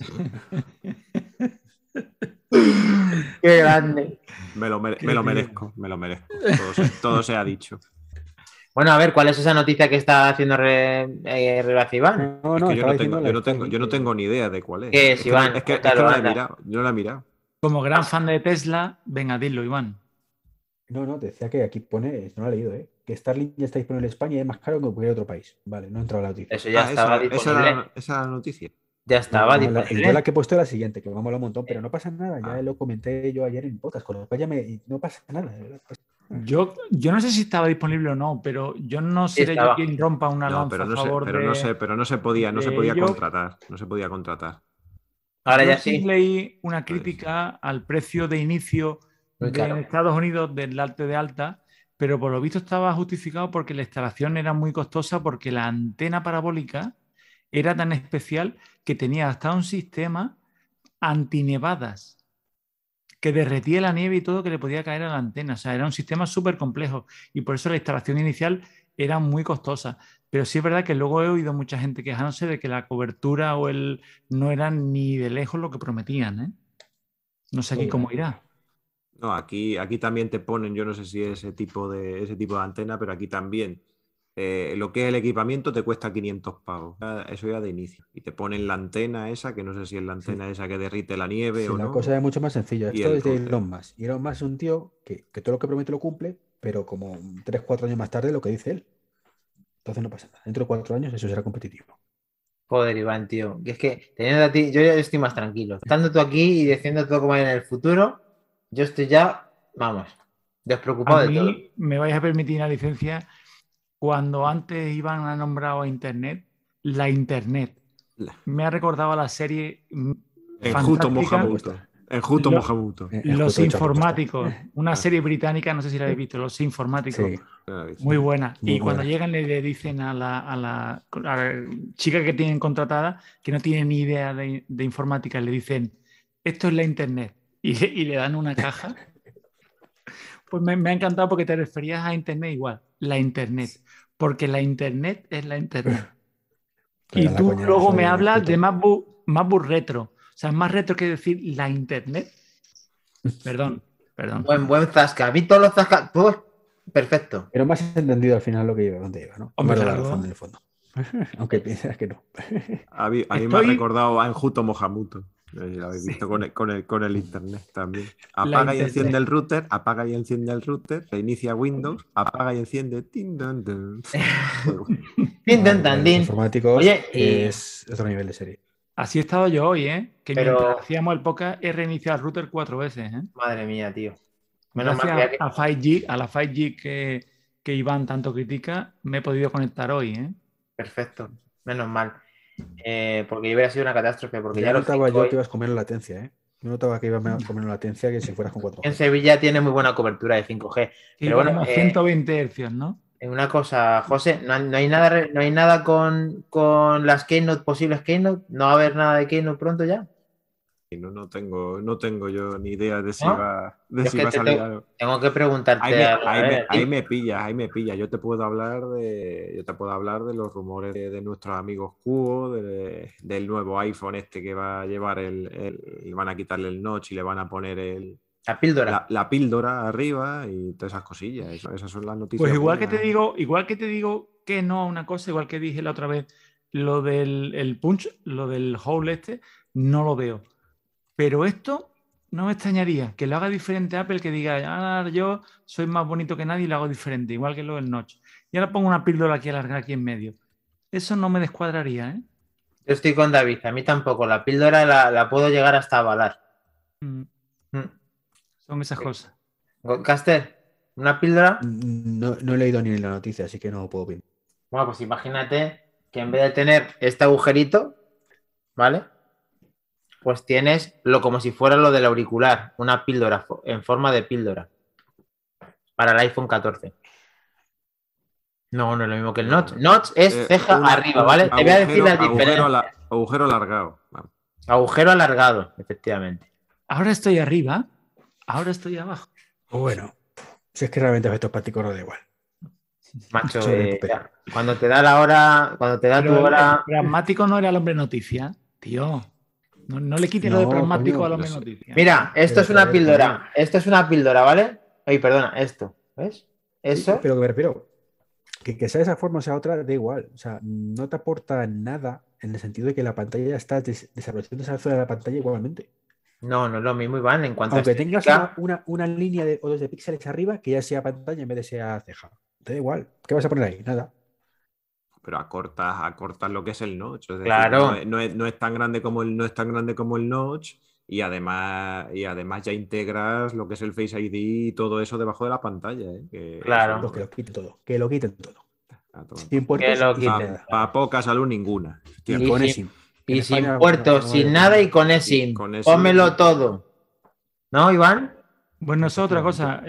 Qué grande. Me lo merezco. Todo se ha dicho. Bueno, a ver, ¿cuál es esa noticia que está haciendo Rivas Iván? No, Es que estaba diciendo la yo no tengo ni idea de cuál es. ¿Qué es, Iván? Es que no Cuéntalo, la he anda. mirado. No la he mirado. Como gran fan de Tesla, venga, dilo, Iván. No, te decía que aquí pone, no lo he leído, que Starlink ya está disponible en España y es más caro que en cualquier otro país. Vale, no ha entrado la noticia. Eso ya estaba disponible. Esa era la noticia. Ya estaba Yo disponible. la que he puesto es la siguiente, que me ha molado un montón, pero no pasa nada, ya lo comenté yo ayer en podcast, con lo cual no pasa nada. De verdad. Yo no sé si estaba disponible o no, pero yo no seré yo estaba. quien rompa una lanza a favor de... Pero no se podía ello. contratar. No se podía contratar. Ahora Yo ya sí. leí una crítica al precio de inicio Muy caro. en Estados Unidos del arte de alta, pero por lo visto estaba justificado porque la instalación era muy costosa porque la antena parabólica era tan especial que tenía hasta un sistema antinevadas que derretía la nieve y todo que le podía caer a la antena. O sea, era un sistema súper complejo y por eso la instalación inicial era muy costosa. Pero sí es verdad que luego he oído mucha gente quejándose de que la cobertura no eran ni de lejos lo que prometían, ¿eh? No sé aquí cómo irá. No, aquí también te ponen, yo no sé si es ese tipo de antena, pero aquí también lo que es el equipamiento te cuesta 500 pavos. Eso ya de inicio. Y te ponen la antena esa, que no sé si es la antena esa que derrite la nieve o La no. cosa es mucho más sencilla. Y Esto el es de router. Elon Musk. Y Elon Musk es un tío que todo lo que promete lo cumple, pero como 3-4 años más tarde lo que dice él. Entonces no pasa nada. Dentro de 4 años eso será competitivo. Joder, Iván, tío. Que es que teniendo a ti, yo ya estoy más tranquilo. Estando tú aquí y diciendo todo como va en el futuro, yo estoy ya, vamos, despreocupado A de todo. mí me vais a permitir una licencia. Cuando antes Iván ha nombrado a Internet, la Internet me ha recordado a la serie Enjuto fantástica Mojamuto. Enjuto Mojamuto. Los Informáticos, una serie británica, no sé si la habéis visto, Los Informáticos, Sí. muy buena. Muy Y cuando buena. llegan le dicen a la chica que tienen contratada, que no tiene ni idea de informática, le dicen, esto es la Internet, y le dan una caja. Pues me ha encantado porque te referías a Internet igual, la Internet, porque la Internet es la Internet. Y Pero la tú coña, luego soy me un hablas puto. de MacBook retro. O sea, es más retro que decir la Internet. Perdón. Buen zasca. A mí todos los zascas, todo perfecto. Pero más entendido al final lo que lleva, dónde lleva, ¿no? Hombre, Más la claro. razón en el fondo. Aunque piensas que no. A mí me ha Estoy- recordado a Enjuto Mohamuto. Lo habéis visto con el internet también. Apaga y internet. enciende el router, apaga y enciende el router, reinicia Windows, apaga y enciende. Tin, tan, tan. Tin, tan, Vamos, tan, los tin. informáticos Oye, es otro nivel de serie. Así he estado yo hoy, ¿eh? Que Pero- mientras hacíamos el podcast he reiniciado el router 4 veces, ¿eh? Madre mía, tío. Menos mal Gracias que... a 5G, a la 5G que Iván tanto critica, me he podido conectar hoy, ¿eh? Perfecto, menos mal. Porque hubiera sido una catástrofe, porque Ya ya los notaba 5 yo que ibas con menos latencia, ¿eh? Yo notaba que ibas con menos latencia que si fueras con 4G. en Sevilla tiene muy buena cobertura de 5G. Que Pero iba bueno, como a 120 hercios, ¿no? una cosa, José, no hay nada, no hay nada con las Keynote, posibles Keynote. ¿No va a haber nada de Keynote pronto ya? Y no tengo yo ni idea de si ¿No? va, Yo es que a salir algo. tengo que preguntarte Ahí me pillas. Yo te puedo hablar de los rumores de nuestros amigos Cubo, del nuevo iPhone este que va a llevar van a quitarle el notch y le van a poner la píldora. la píldora arriba y todas esas cosillas. Esas son las noticias. Pues igual que buenas. te digo que no a una cosa, igual que dije la otra vez, lo del el punch, lo del hole este, no lo veo. Pero esto no me extrañaría que lo haga diferente Apple, que diga, ah, yo soy más bonito que nadie y lo hago diferente, igual que lo del notch. Y ahora pongo una píldora aquí alargada aquí en medio. Eso no me descuadraría, ¿eh? Yo estoy con David, a mí tampoco. La píldora la puedo llegar hasta avalar. Mm, Mm. Son esas cosas. Caster, ¿una píldora? No he leído ni la noticia, así que no puedo opinar. Bueno, pues imagínate que en vez de tener este agujerito, ¿vale? Pues tienes como si fuera lo del auricular, una píldora en forma de píldora para el iPhone 14. No es lo mismo que el notch. Notch es ceja arriba, ¿vale? Te voy a decir las diferencias. Agujero alargado. Vamos. Agujero alargado, efectivamente. Ahora estoy arriba, ahora estoy abajo. Bueno, si es que realmente a efectos prácticos no da igual. Macho, Sobre el papel. cuando te da la hora, cuando te da tu Pero hora. el pragmático no era el hombre noticia, tío. No le quites lo de No, pragmático coño, al hombre no sé. noticia. Mira, esto Pero es una joder, píldora. Esto es una píldora, ¿vale? Ay, perdona, esto. ¿Ves? Eso. Pero que me refiero, que sea de esa forma o sea otra, da igual. O sea, no te aporta nada en el sentido de que la pantalla está desarrollando esa zona de la pantalla igualmente. No es lo mismo, Iván, en cuanto Aunque a tengas estética. una línea o dos de píxeles arriba que ya sea pantalla en vez de sea ceja. Te da igual. ¿Qué vas a poner ahí? Nada. Pero acortas lo que es el notch. Es decir, Claro. no es tan grande como no es tan grande como el notch. Y además ya integras lo que es el Face ID y todo eso debajo de la pantalla. Que Claro. Pues que lo quiten todo. Que lo quiten todo. a todo. Sin puertos Que lo y sin quiten. nada. Para poca salud ninguna. Y Y con sin- eSIM. Y En sin España, puertos, no sin hay- nada y con Y eSIM. con eSIM. Pónmelo todo. ¿No, Iván? Bueno, eso es otra cosa.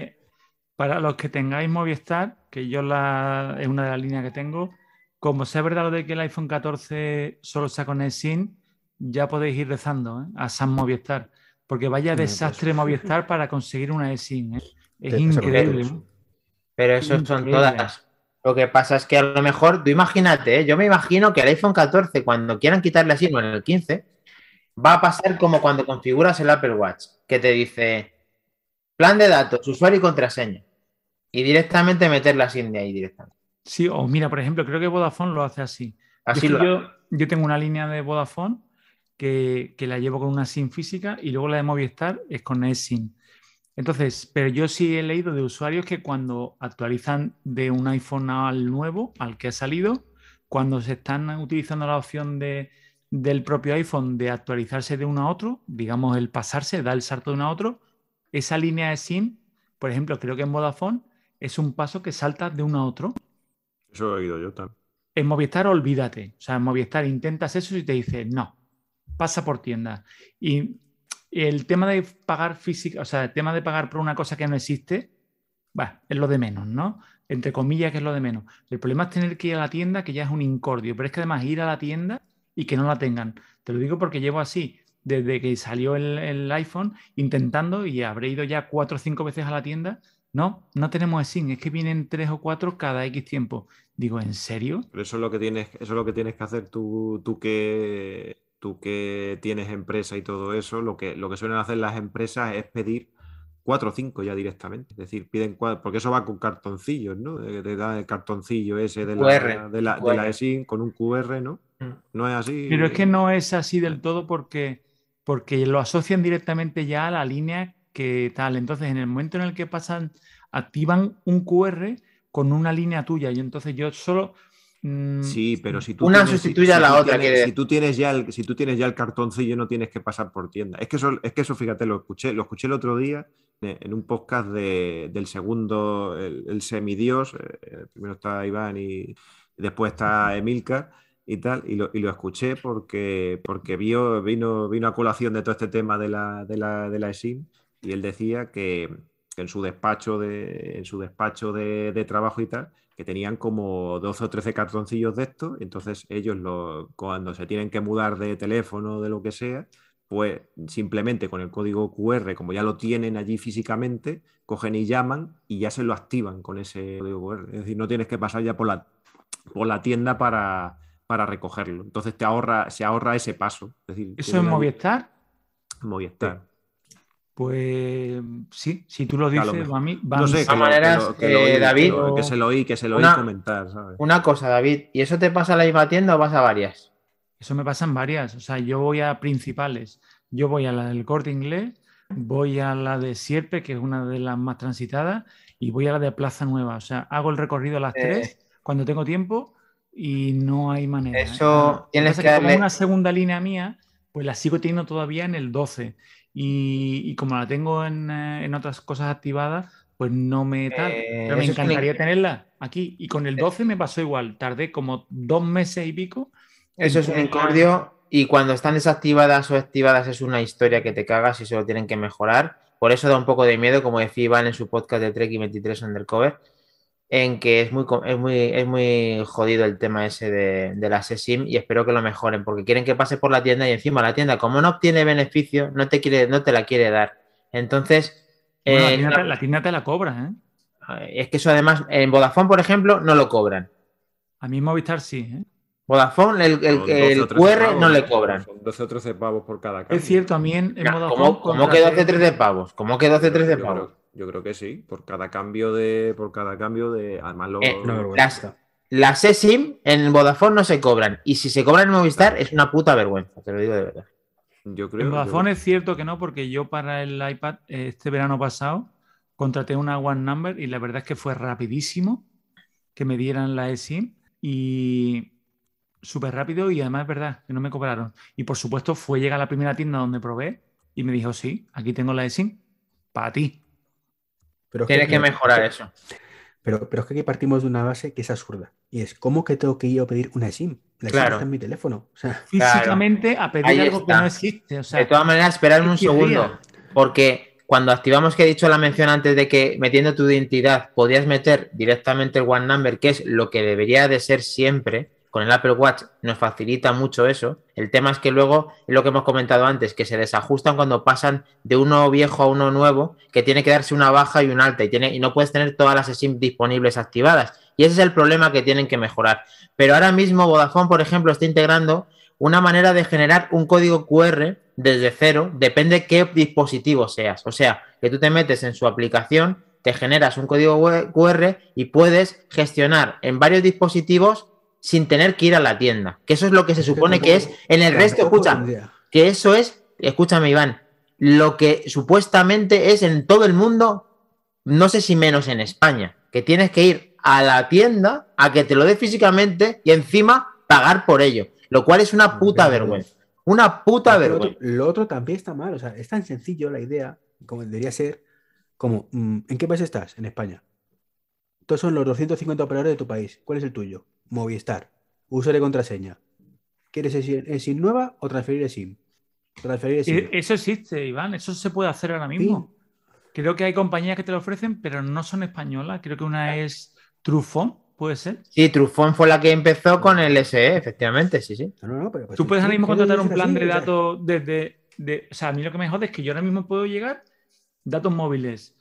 Para los que tengáis Movistar, que yo es una de las líneas que tengo, como sea verdad lo de que el iPhone 14 solo sea con eSIM, ya podéis ir rezando, ¿eh? A San Movistar. Porque vaya No, pues. desastre Movistar para conseguir una eSIM, ¿eh? Es Te pasa con increíble. todos. ¿eh? Pero eso son Increíble. todas. Lo que pasa es que a lo mejor, tú imagínate, yo me imagino que el iPhone 14, cuando quieran quitarle así, o en el 15, va a pasar como cuando configuras el Apple Watch, que te dice plan de datos, usuario y contraseña. Y directamente meter la SIM de ahí directamente. Sí, o mira, por ejemplo, creo que Vodafone lo hace así. Así Es que lo yo tengo una línea de Vodafone que la llevo con una SIM física y luego la de Movistar es con eSIM. Entonces, pero yo sí he leído de usuarios que cuando actualizan de un iPhone al nuevo, al que ha salido, cuando se están utilizando la opción del propio iPhone de actualizarse de uno a otro, digamos el pasarse, da el salto de uno a otro, esa línea de SIM, por ejemplo, creo que en Vodafone es un paso que salta de uno a otro. Eso he oído yo también. En Movistar, olvídate. O sea, en Movistar intentas eso y te dice, no, pasa por tienda. Y el tema de pagar física, o sea, el tema de pagar por una cosa que no existe, bah, es lo de menos, ¿no? Entre comillas, que es lo de menos. El problema es tener que ir a la tienda, que ya es un incordio. Pero es que además ir a la tienda y que no la tengan. Te lo digo porque llevo así desde que salió el iPhone intentando y habré ido ya 4 o 5 veces a la tienda. No tenemos eSIM, es que vienen 3 o 4 cada X tiempo. Digo, ¿en serio? Pero eso es lo que tienes que hacer tú que tienes empresa y todo eso. Lo que suelen hacer las empresas es pedir 4 o 5 ya directamente. Es decir, piden 4, porque eso va con cartoncillos, ¿no? Te da el cartoncillo ese de la eSIM con un QR, ¿no? No es así. Pero es que no es así del todo porque lo asocian directamente ya a la línea que tal. Entonces, en el momento en el que activan un QR con una línea tuya. Y entonces yo solo... Sí, pero si tú una sustituye a la otra. Si tú tienes ya el cartoncillo, no tienes que pasar por tienda. Es que eso, fíjate, lo escuché el otro día en un podcast del segundo, el semidios. Primero está Iván y después está Emilcar y tal, y lo escuché porque vino a colación de todo este tema de la eSIM, y él decía que en su despacho de trabajo y tal, que tenían como 12 o 13 cartoncillos de estos. Entonces ellos cuando se tienen que mudar de teléfono o de lo que sea, pues simplemente con el código QR, como ya lo tienen allí físicamente, cogen y llaman y ya se lo activan con ese código QR. Es decir, no tienes que pasar ya por la tienda para recogerlo. Entonces se ahorra ese paso. Es decir, ¿eso es Movistar? Movistar. Sí. Pues sí, si tú lo dices, a mí no sé, David, que se lo oí comentar, ¿sabes? Una cosa, David, ¿y eso te pasa a la misma tienda o vas a varias? Eso me pasa en varias. O sea, yo voy a principales. Yo voy a la del Corte Inglés, voy a la de Sierpe, que es una de las más transitadas, y voy a la de Plaza Nueva. O sea, hago el recorrido a las 3 cuando tengo tiempo y no hay manera. Eso tienes que darle... Como una segunda línea mía, pues la sigo teniendo todavía en el 12. Y como la tengo en otras cosas activadas, pues no me tal. Pero me encantaría tenerla aquí. Y con el 12 me pasó igual. Tardé como 2 meses y pico. Eso es un incordio. Y cuando están desactivadas o activadas es una historia que te cagas y solo tienen que mejorar. Por eso da un poco de miedo, como decía Iván en su podcast de Trek y 23 Undercover, en que es muy jodido el tema ese de la eSIM, y espero que lo mejoren porque quieren que pase por la tienda y encima la tienda, como no obtiene beneficio, no te la quiere dar. Entonces... Bueno, la tienda te la cobra, ¿eh? Es que eso además, en Vodafone, por ejemplo, no lo cobran. A mí Movistar sí, ¿eh? Vodafone, el QR pavos, no le cobran. Son 12 o 13 pavos por cada cambio. Es cierto, a mí en Vodafone... ¿Cómo que 12 o 13 pavos? ¿Cómo que 12 o 13 pavos? Yo creo que sí, por cada cambio de además las eSIM en Vodafone no se cobran, y si se cobran en Movistar es una puta vergüenza, te lo digo de verdad. En Vodafone es cierto que no, porque yo para el iPad este verano pasado contraté una One Number y la verdad es que fue rapidísimo que me dieran la eSIM y súper rápido, y además es verdad que no me cobraron. Y por supuesto fue llegar a la primera tienda donde probé y me dijo, sí, aquí tengo la eSIM para ti. Pero tienes que mejorar eso. Pero es que aquí partimos de una base que es absurda. Y es, ¿cómo que tengo que ir a pedir una eSIM? La eSIM está en mi teléfono. O sea, físicamente a pedir algo que no existe. O sea, de todas maneras, esperadme un segundo. Porque cuando activamos, que he dicho la mención antes de que metiendo tu identidad podías meter directamente el One Number, que es lo que debería de ser siempre, con el Apple Watch nos facilita mucho eso. El tema es que luego, es lo que hemos comentado antes, que se desajustan cuando pasan de uno viejo a uno nuevo, que tiene que darse una baja y un alta, y no puedes tener todas las eSIM disponibles activadas. Y ese es el problema que tienen que mejorar. Pero ahora mismo Vodafone, por ejemplo, está integrando una manera de generar un código QR desde cero, depende de qué dispositivo seas. O sea, que tú te metes en su aplicación, te generas un código QR y puedes gestionar en varios dispositivos sin tener que ir a la tienda. Que eso es lo que se supone que es en el resto. Escucha, que eso es, escúchame, Iván, lo que supuestamente es en todo el mundo, no sé si menos en España, que tienes que ir a la tienda a que te lo dé físicamente y encima pagar por ello, lo cual es una puta vergüenza. Una puta vergüenza. Lo otro también está mal, o sea, es tan sencillo la idea, como debería ser, como, ¿en qué país estás? En España. Estos son los 250 operadores de tu país. ¿Cuál es el tuyo? Movistar. Usuario y contraseña. ¿Quieres eSIM nueva o transferir eSIM? Transferir eSIM. Eso existe, Iván. Eso se puede hacer ahora mismo. Sí. Creo que hay compañías que te lo ofrecen, pero no son españolas. Creo que una es Trufón, ¿puede ser? Sí, Trufón fue la que empezó con el SE, efectivamente, sí. Pero tú puedes ahora mismo contratar un plan de datos desde... o sea, a mí lo que me jode es que yo ahora mismo puedo llegar datos móviles.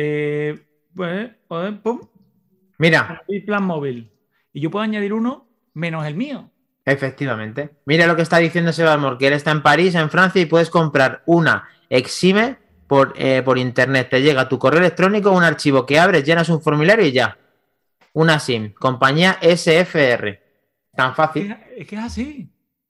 Pum. Mira. Plan móvil. Y yo puedo añadir uno menos el mío. Efectivamente. Mira lo que está diciendo Sebas Mor, que él está en París, en Francia, y puedes comprar una Exime por internet. Te llega a tu correo electrónico un archivo que abres, llenas un formulario y ya. Una SIM, compañía SFR. Tan fácil. Es que es así.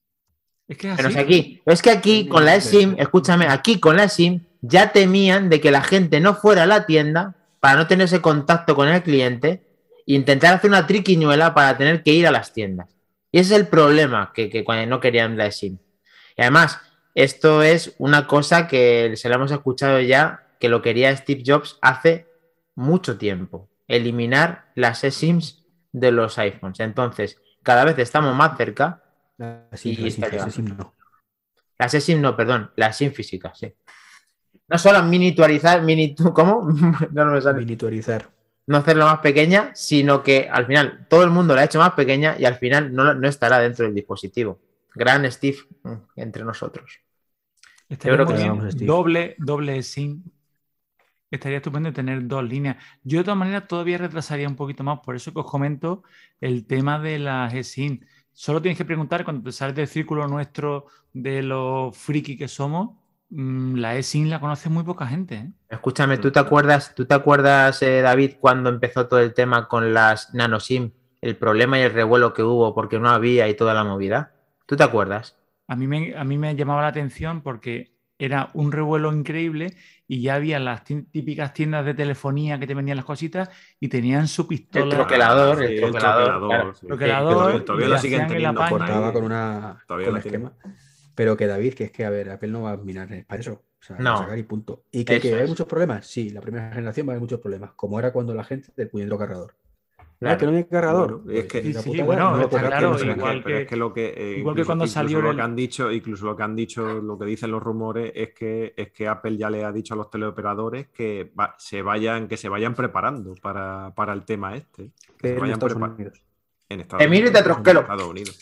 Es que es Pero así. es que aquí con la eSIM, escúchame, aquí con la eSIM ya temían de que la gente no fuera a la tienda para no tener ese contacto con el cliente e intentar hacer una triquiñuela para tener que ir a las tiendas. Y ese es el problema que cuando no querían la eSIM. Y además, esto es una cosa que se lo hemos escuchado ya, que lo quería Steve Jobs hace mucho tiempo. Eliminar las eSIMs de los iPhones. Entonces, cada vez estamos más cerca. La SIM no. Las eSIM no, perdón, las SIM físicas, sí. No solo miniaturizar, ¿cómo? No me sale. Miniaturizar. No hacerlo más pequeña, sino que al final todo el mundo la ha hecho más pequeña y al final no estará dentro del dispositivo. Gran Steve entre nosotros. Estaría Yo creo muy que bien. Doble SIM. Estaría estupendo tener 2 líneas. Yo de todas maneras todavía retrasaría un poquito más, por eso que os comento el tema de las eSIM. Solo tienes que preguntar cuando te sales del círculo nuestro de los friki que somos, la eSIM la conoce muy poca gente, ¿eh? Escúchame, ¿tú te acuerdas, David, cuando empezó todo el tema con las nano SIM, el problema y el revuelo que hubo porque no había y toda la movida? ¿Tú te acuerdas? A mí me llamaba la atención porque era un revuelo increíble y ya había las típicas tiendas de telefonía que te vendían las cositas y tenían su pistola. El troquelador, Sí, el troquelador. Sí. Troquelador, Todavía y lo le siguen hacían el teniendo por apaño. ahí. Con un esquema. Pero que David, que es que, a ver, Apple no va a mirar para eso. O sea, No. va a sacar y punto. ¿Y que Eso hay es. muchos problemas? Sí, la primera generación va a haber muchos problemas. Como era cuando la gente del puñetero cargador. Claro. Que no hay cargador. Bueno, es que- la Sí, putada, bueno, no lo está podrás claro, poner. pero es que lo que igual que cuando salió lo el- que han dicho, incluso lo que han dicho, lo que dicen los rumores es que Apple ya le ha dicho a los teleoperadores que se vayan preparando para el tema este. Que se Pero en vayan Estados preparando Unidos. en Estados Emilio Unidos. te trosquelo. En Estados Unidos.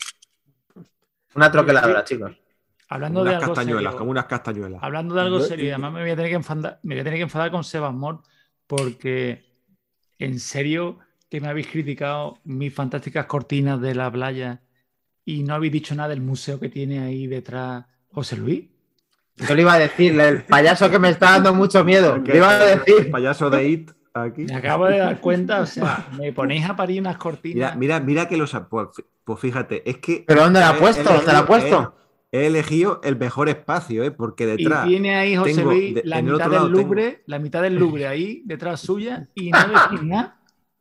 Una troqueladora, chicos. Hablando Como de unas algo castañuelas, serio, como unas castañuelas. hablando de algo Yo- serio, y además me voy a tener que enfadar con Sebasmor porque en serio que me habéis criticado mis fantásticas cortinas de la playa y no habéis dicho nada del museo que tiene ahí detrás José Luis. Yo le iba a decir, el payaso que me está dando mucho miedo. Le iba a El decir. payaso de It aquí. Me acabo de dar cuenta, o sea, me ponéis a parir unas cortinas. Mira que los. Pues fíjate, es que. ¿Pero dónde la ha he puesto? ¿Dónde la ha elegido- puesto? He elegido el mejor espacio, porque Y detrás. tiene ahí José tengo- Luis de- la en el mitad otro del lado tengo- Louvre, la mitad del Louvre ahí detrás suya y no decís nada.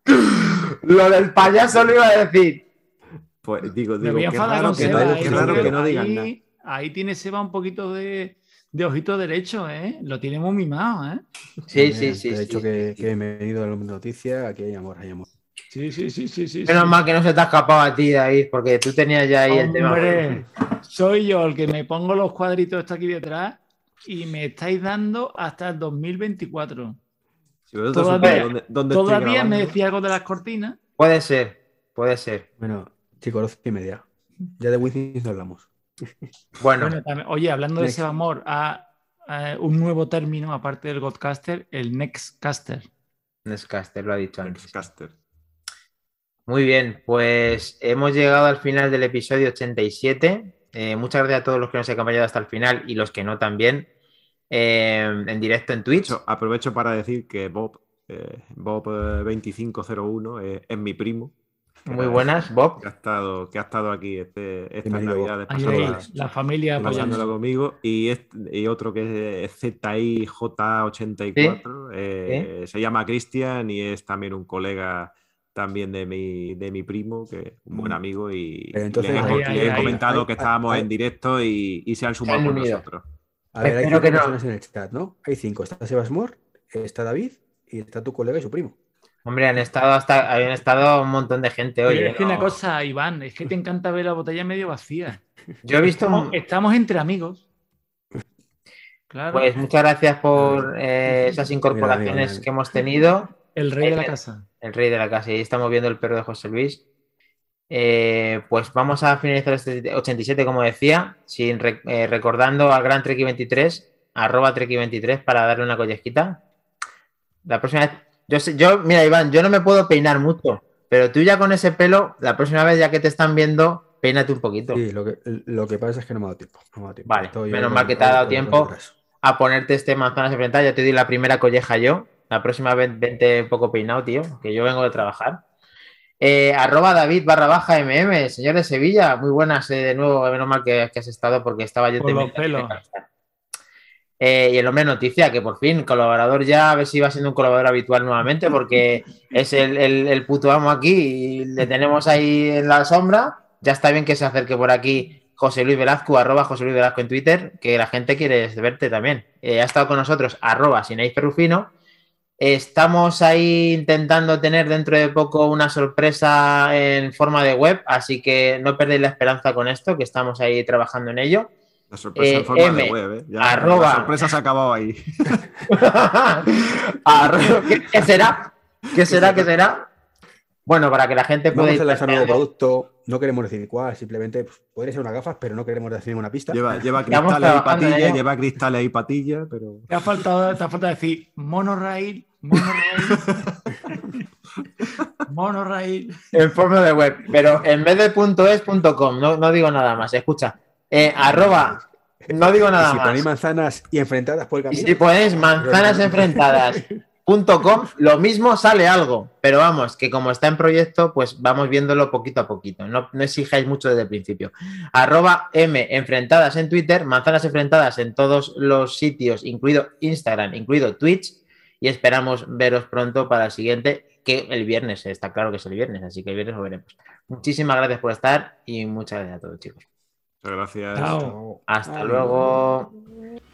Lo del payaso lo iba a decir. Pues digo, Me voy a qué enfadar raro con que Seba. no, qué raro que no ahí, digan nada. ahí tiene Seba un poquito de ojito derecho, ¿eh? Lo tiene muy mimado, ¿eh? Sí. De hecho, que bienvenido a la noticia. Aquí hay amor, hay amor. Sí. Menos mal que no se te ha escapado a ti, David, porque tú tenías ya ahí el tema. Hombre, soy yo el que me pongo los cuadritos estos aquí detrás y me estáis dando hasta el 2024. Si vosotros Todavía- supierais dónde estoy Todavía me grabando. decía algo de las cortinas. Puede ser. Bueno, chicos, 12:30. Ya de Wizzings no hablamos. Bueno, Bueno, también- oye, hablando de Next. Seba Amor, un nuevo término, aparte del Godcaster, el Nextcaster. Nescaster lo ha dicho antes. Nextcaster. Muy bien, pues hemos llegado al final del episodio 87. Muchas gracias a todos los que nos han acompañado hasta el final y los que no también. En directo en Twitch. Aprovecho para decir que Bob 2501 es mi primo. Muy buenas, Bob. Que ha estado aquí estas Bienvenido, Bob. navidades Ahí, la familia pasándolo apoyando. conmigo. Y otro que es ZIJ84, se llama Cristian y es también un colega también de mi primo, que es un buen amigo, y Pero entonces, le he ahí, comentado ahí, que estábamos ahí. en directo y se han sumado Se han con unido. nosotros. A ver, hay Espero 5 que no. personas en el chat, ¿no? Hay 5. Está Sebasmor, está David y está tu colega y su primo. Hombre, habían estado un montón de gente hoy. Pero ¿eh? es que una No. cosa, Iván, es que te encanta ver la botella medio vacía. Yo he visto. Estamos entre amigos. Claro, Pues muchas gracias por esas incorporaciones mira. que hemos tenido. el rey de la casa. El rey de la casa. Y estamos viendo el perro de José Luis. Pues vamos a finalizar este 87, como decía, recordando al gran Treki23, @Treki23, para darle una collejita. La próxima vez. Mira, Iván, yo no me puedo peinar mucho, pero tú ya con ese pelo, la próxima vez ya que te están viendo, peínate un poquito. Sí, lo que pasa es que no me ha dado tiempo. Vale, Estoy menos hoy mal que te ha dado con tiempo. horas. a ponerte este manzanas enfrentadas. Ya te di la primera colleja yo. La próxima vez vente poco peinado, tío, que yo vengo de trabajar. @David_MM, señor de Sevilla, muy buenas de nuevo, menos mal que has estado porque estaba yo Por los temiendo. pelos. Y el hombre noticia, que por fin, colaborador ya, a ver si va siendo un colaborador habitual nuevamente, porque es el puto amo aquí y le tenemos ahí en la sombra. Ya está bien que se acerque por aquí José Luis Velazco, @José Luis Velazco en Twitter, que la gente quiere verte también. Ha estado con nosotros, @Sinaíz_Perrufino. Estamos ahí intentando tener dentro de poco una sorpresa en forma de web, así que no perdéis la esperanza con esto, que estamos ahí trabajando en ello. La sorpresa en forma de web, ¿eh? Ya, la sorpresa se ha acabado ahí. ¿Qué será? ¿Qué será? Bueno, para que la gente pueda Vamos ir a lanzar un nuevo planteando. producto, no queremos decir cuál, simplemente pues, podría ser unas gafas, pero no queremos decir ninguna pista. Lleva Estamos cristales y trabajando en patillas, ello. lleva cristales y patillas, pero... Te ha faltado decir monorail. Monorail. En forma de web, pero en vez de .es.com, no digo nada más. Escucha, no digo Y nada si más. ponéis manzanas y enfrentadas por el Y camino. si ponéis manzanasenfrentadas.com, lo mismo sale algo. Pero vamos, que como está en proyecto, pues vamos viéndolo poquito a poquito. No exijáis mucho desde el principio. @Enfrentadas en Twitter, manzanas enfrentadas en todos los sitios, incluido Instagram, incluido Twitch. Y esperamos veros pronto para el siguiente, que el viernes, está claro que es el viernes, así que el viernes lo veremos. Muchísimas gracias por estar y muchas gracias a todos, chicos. Muchas gracias. Chao. Hasta luego.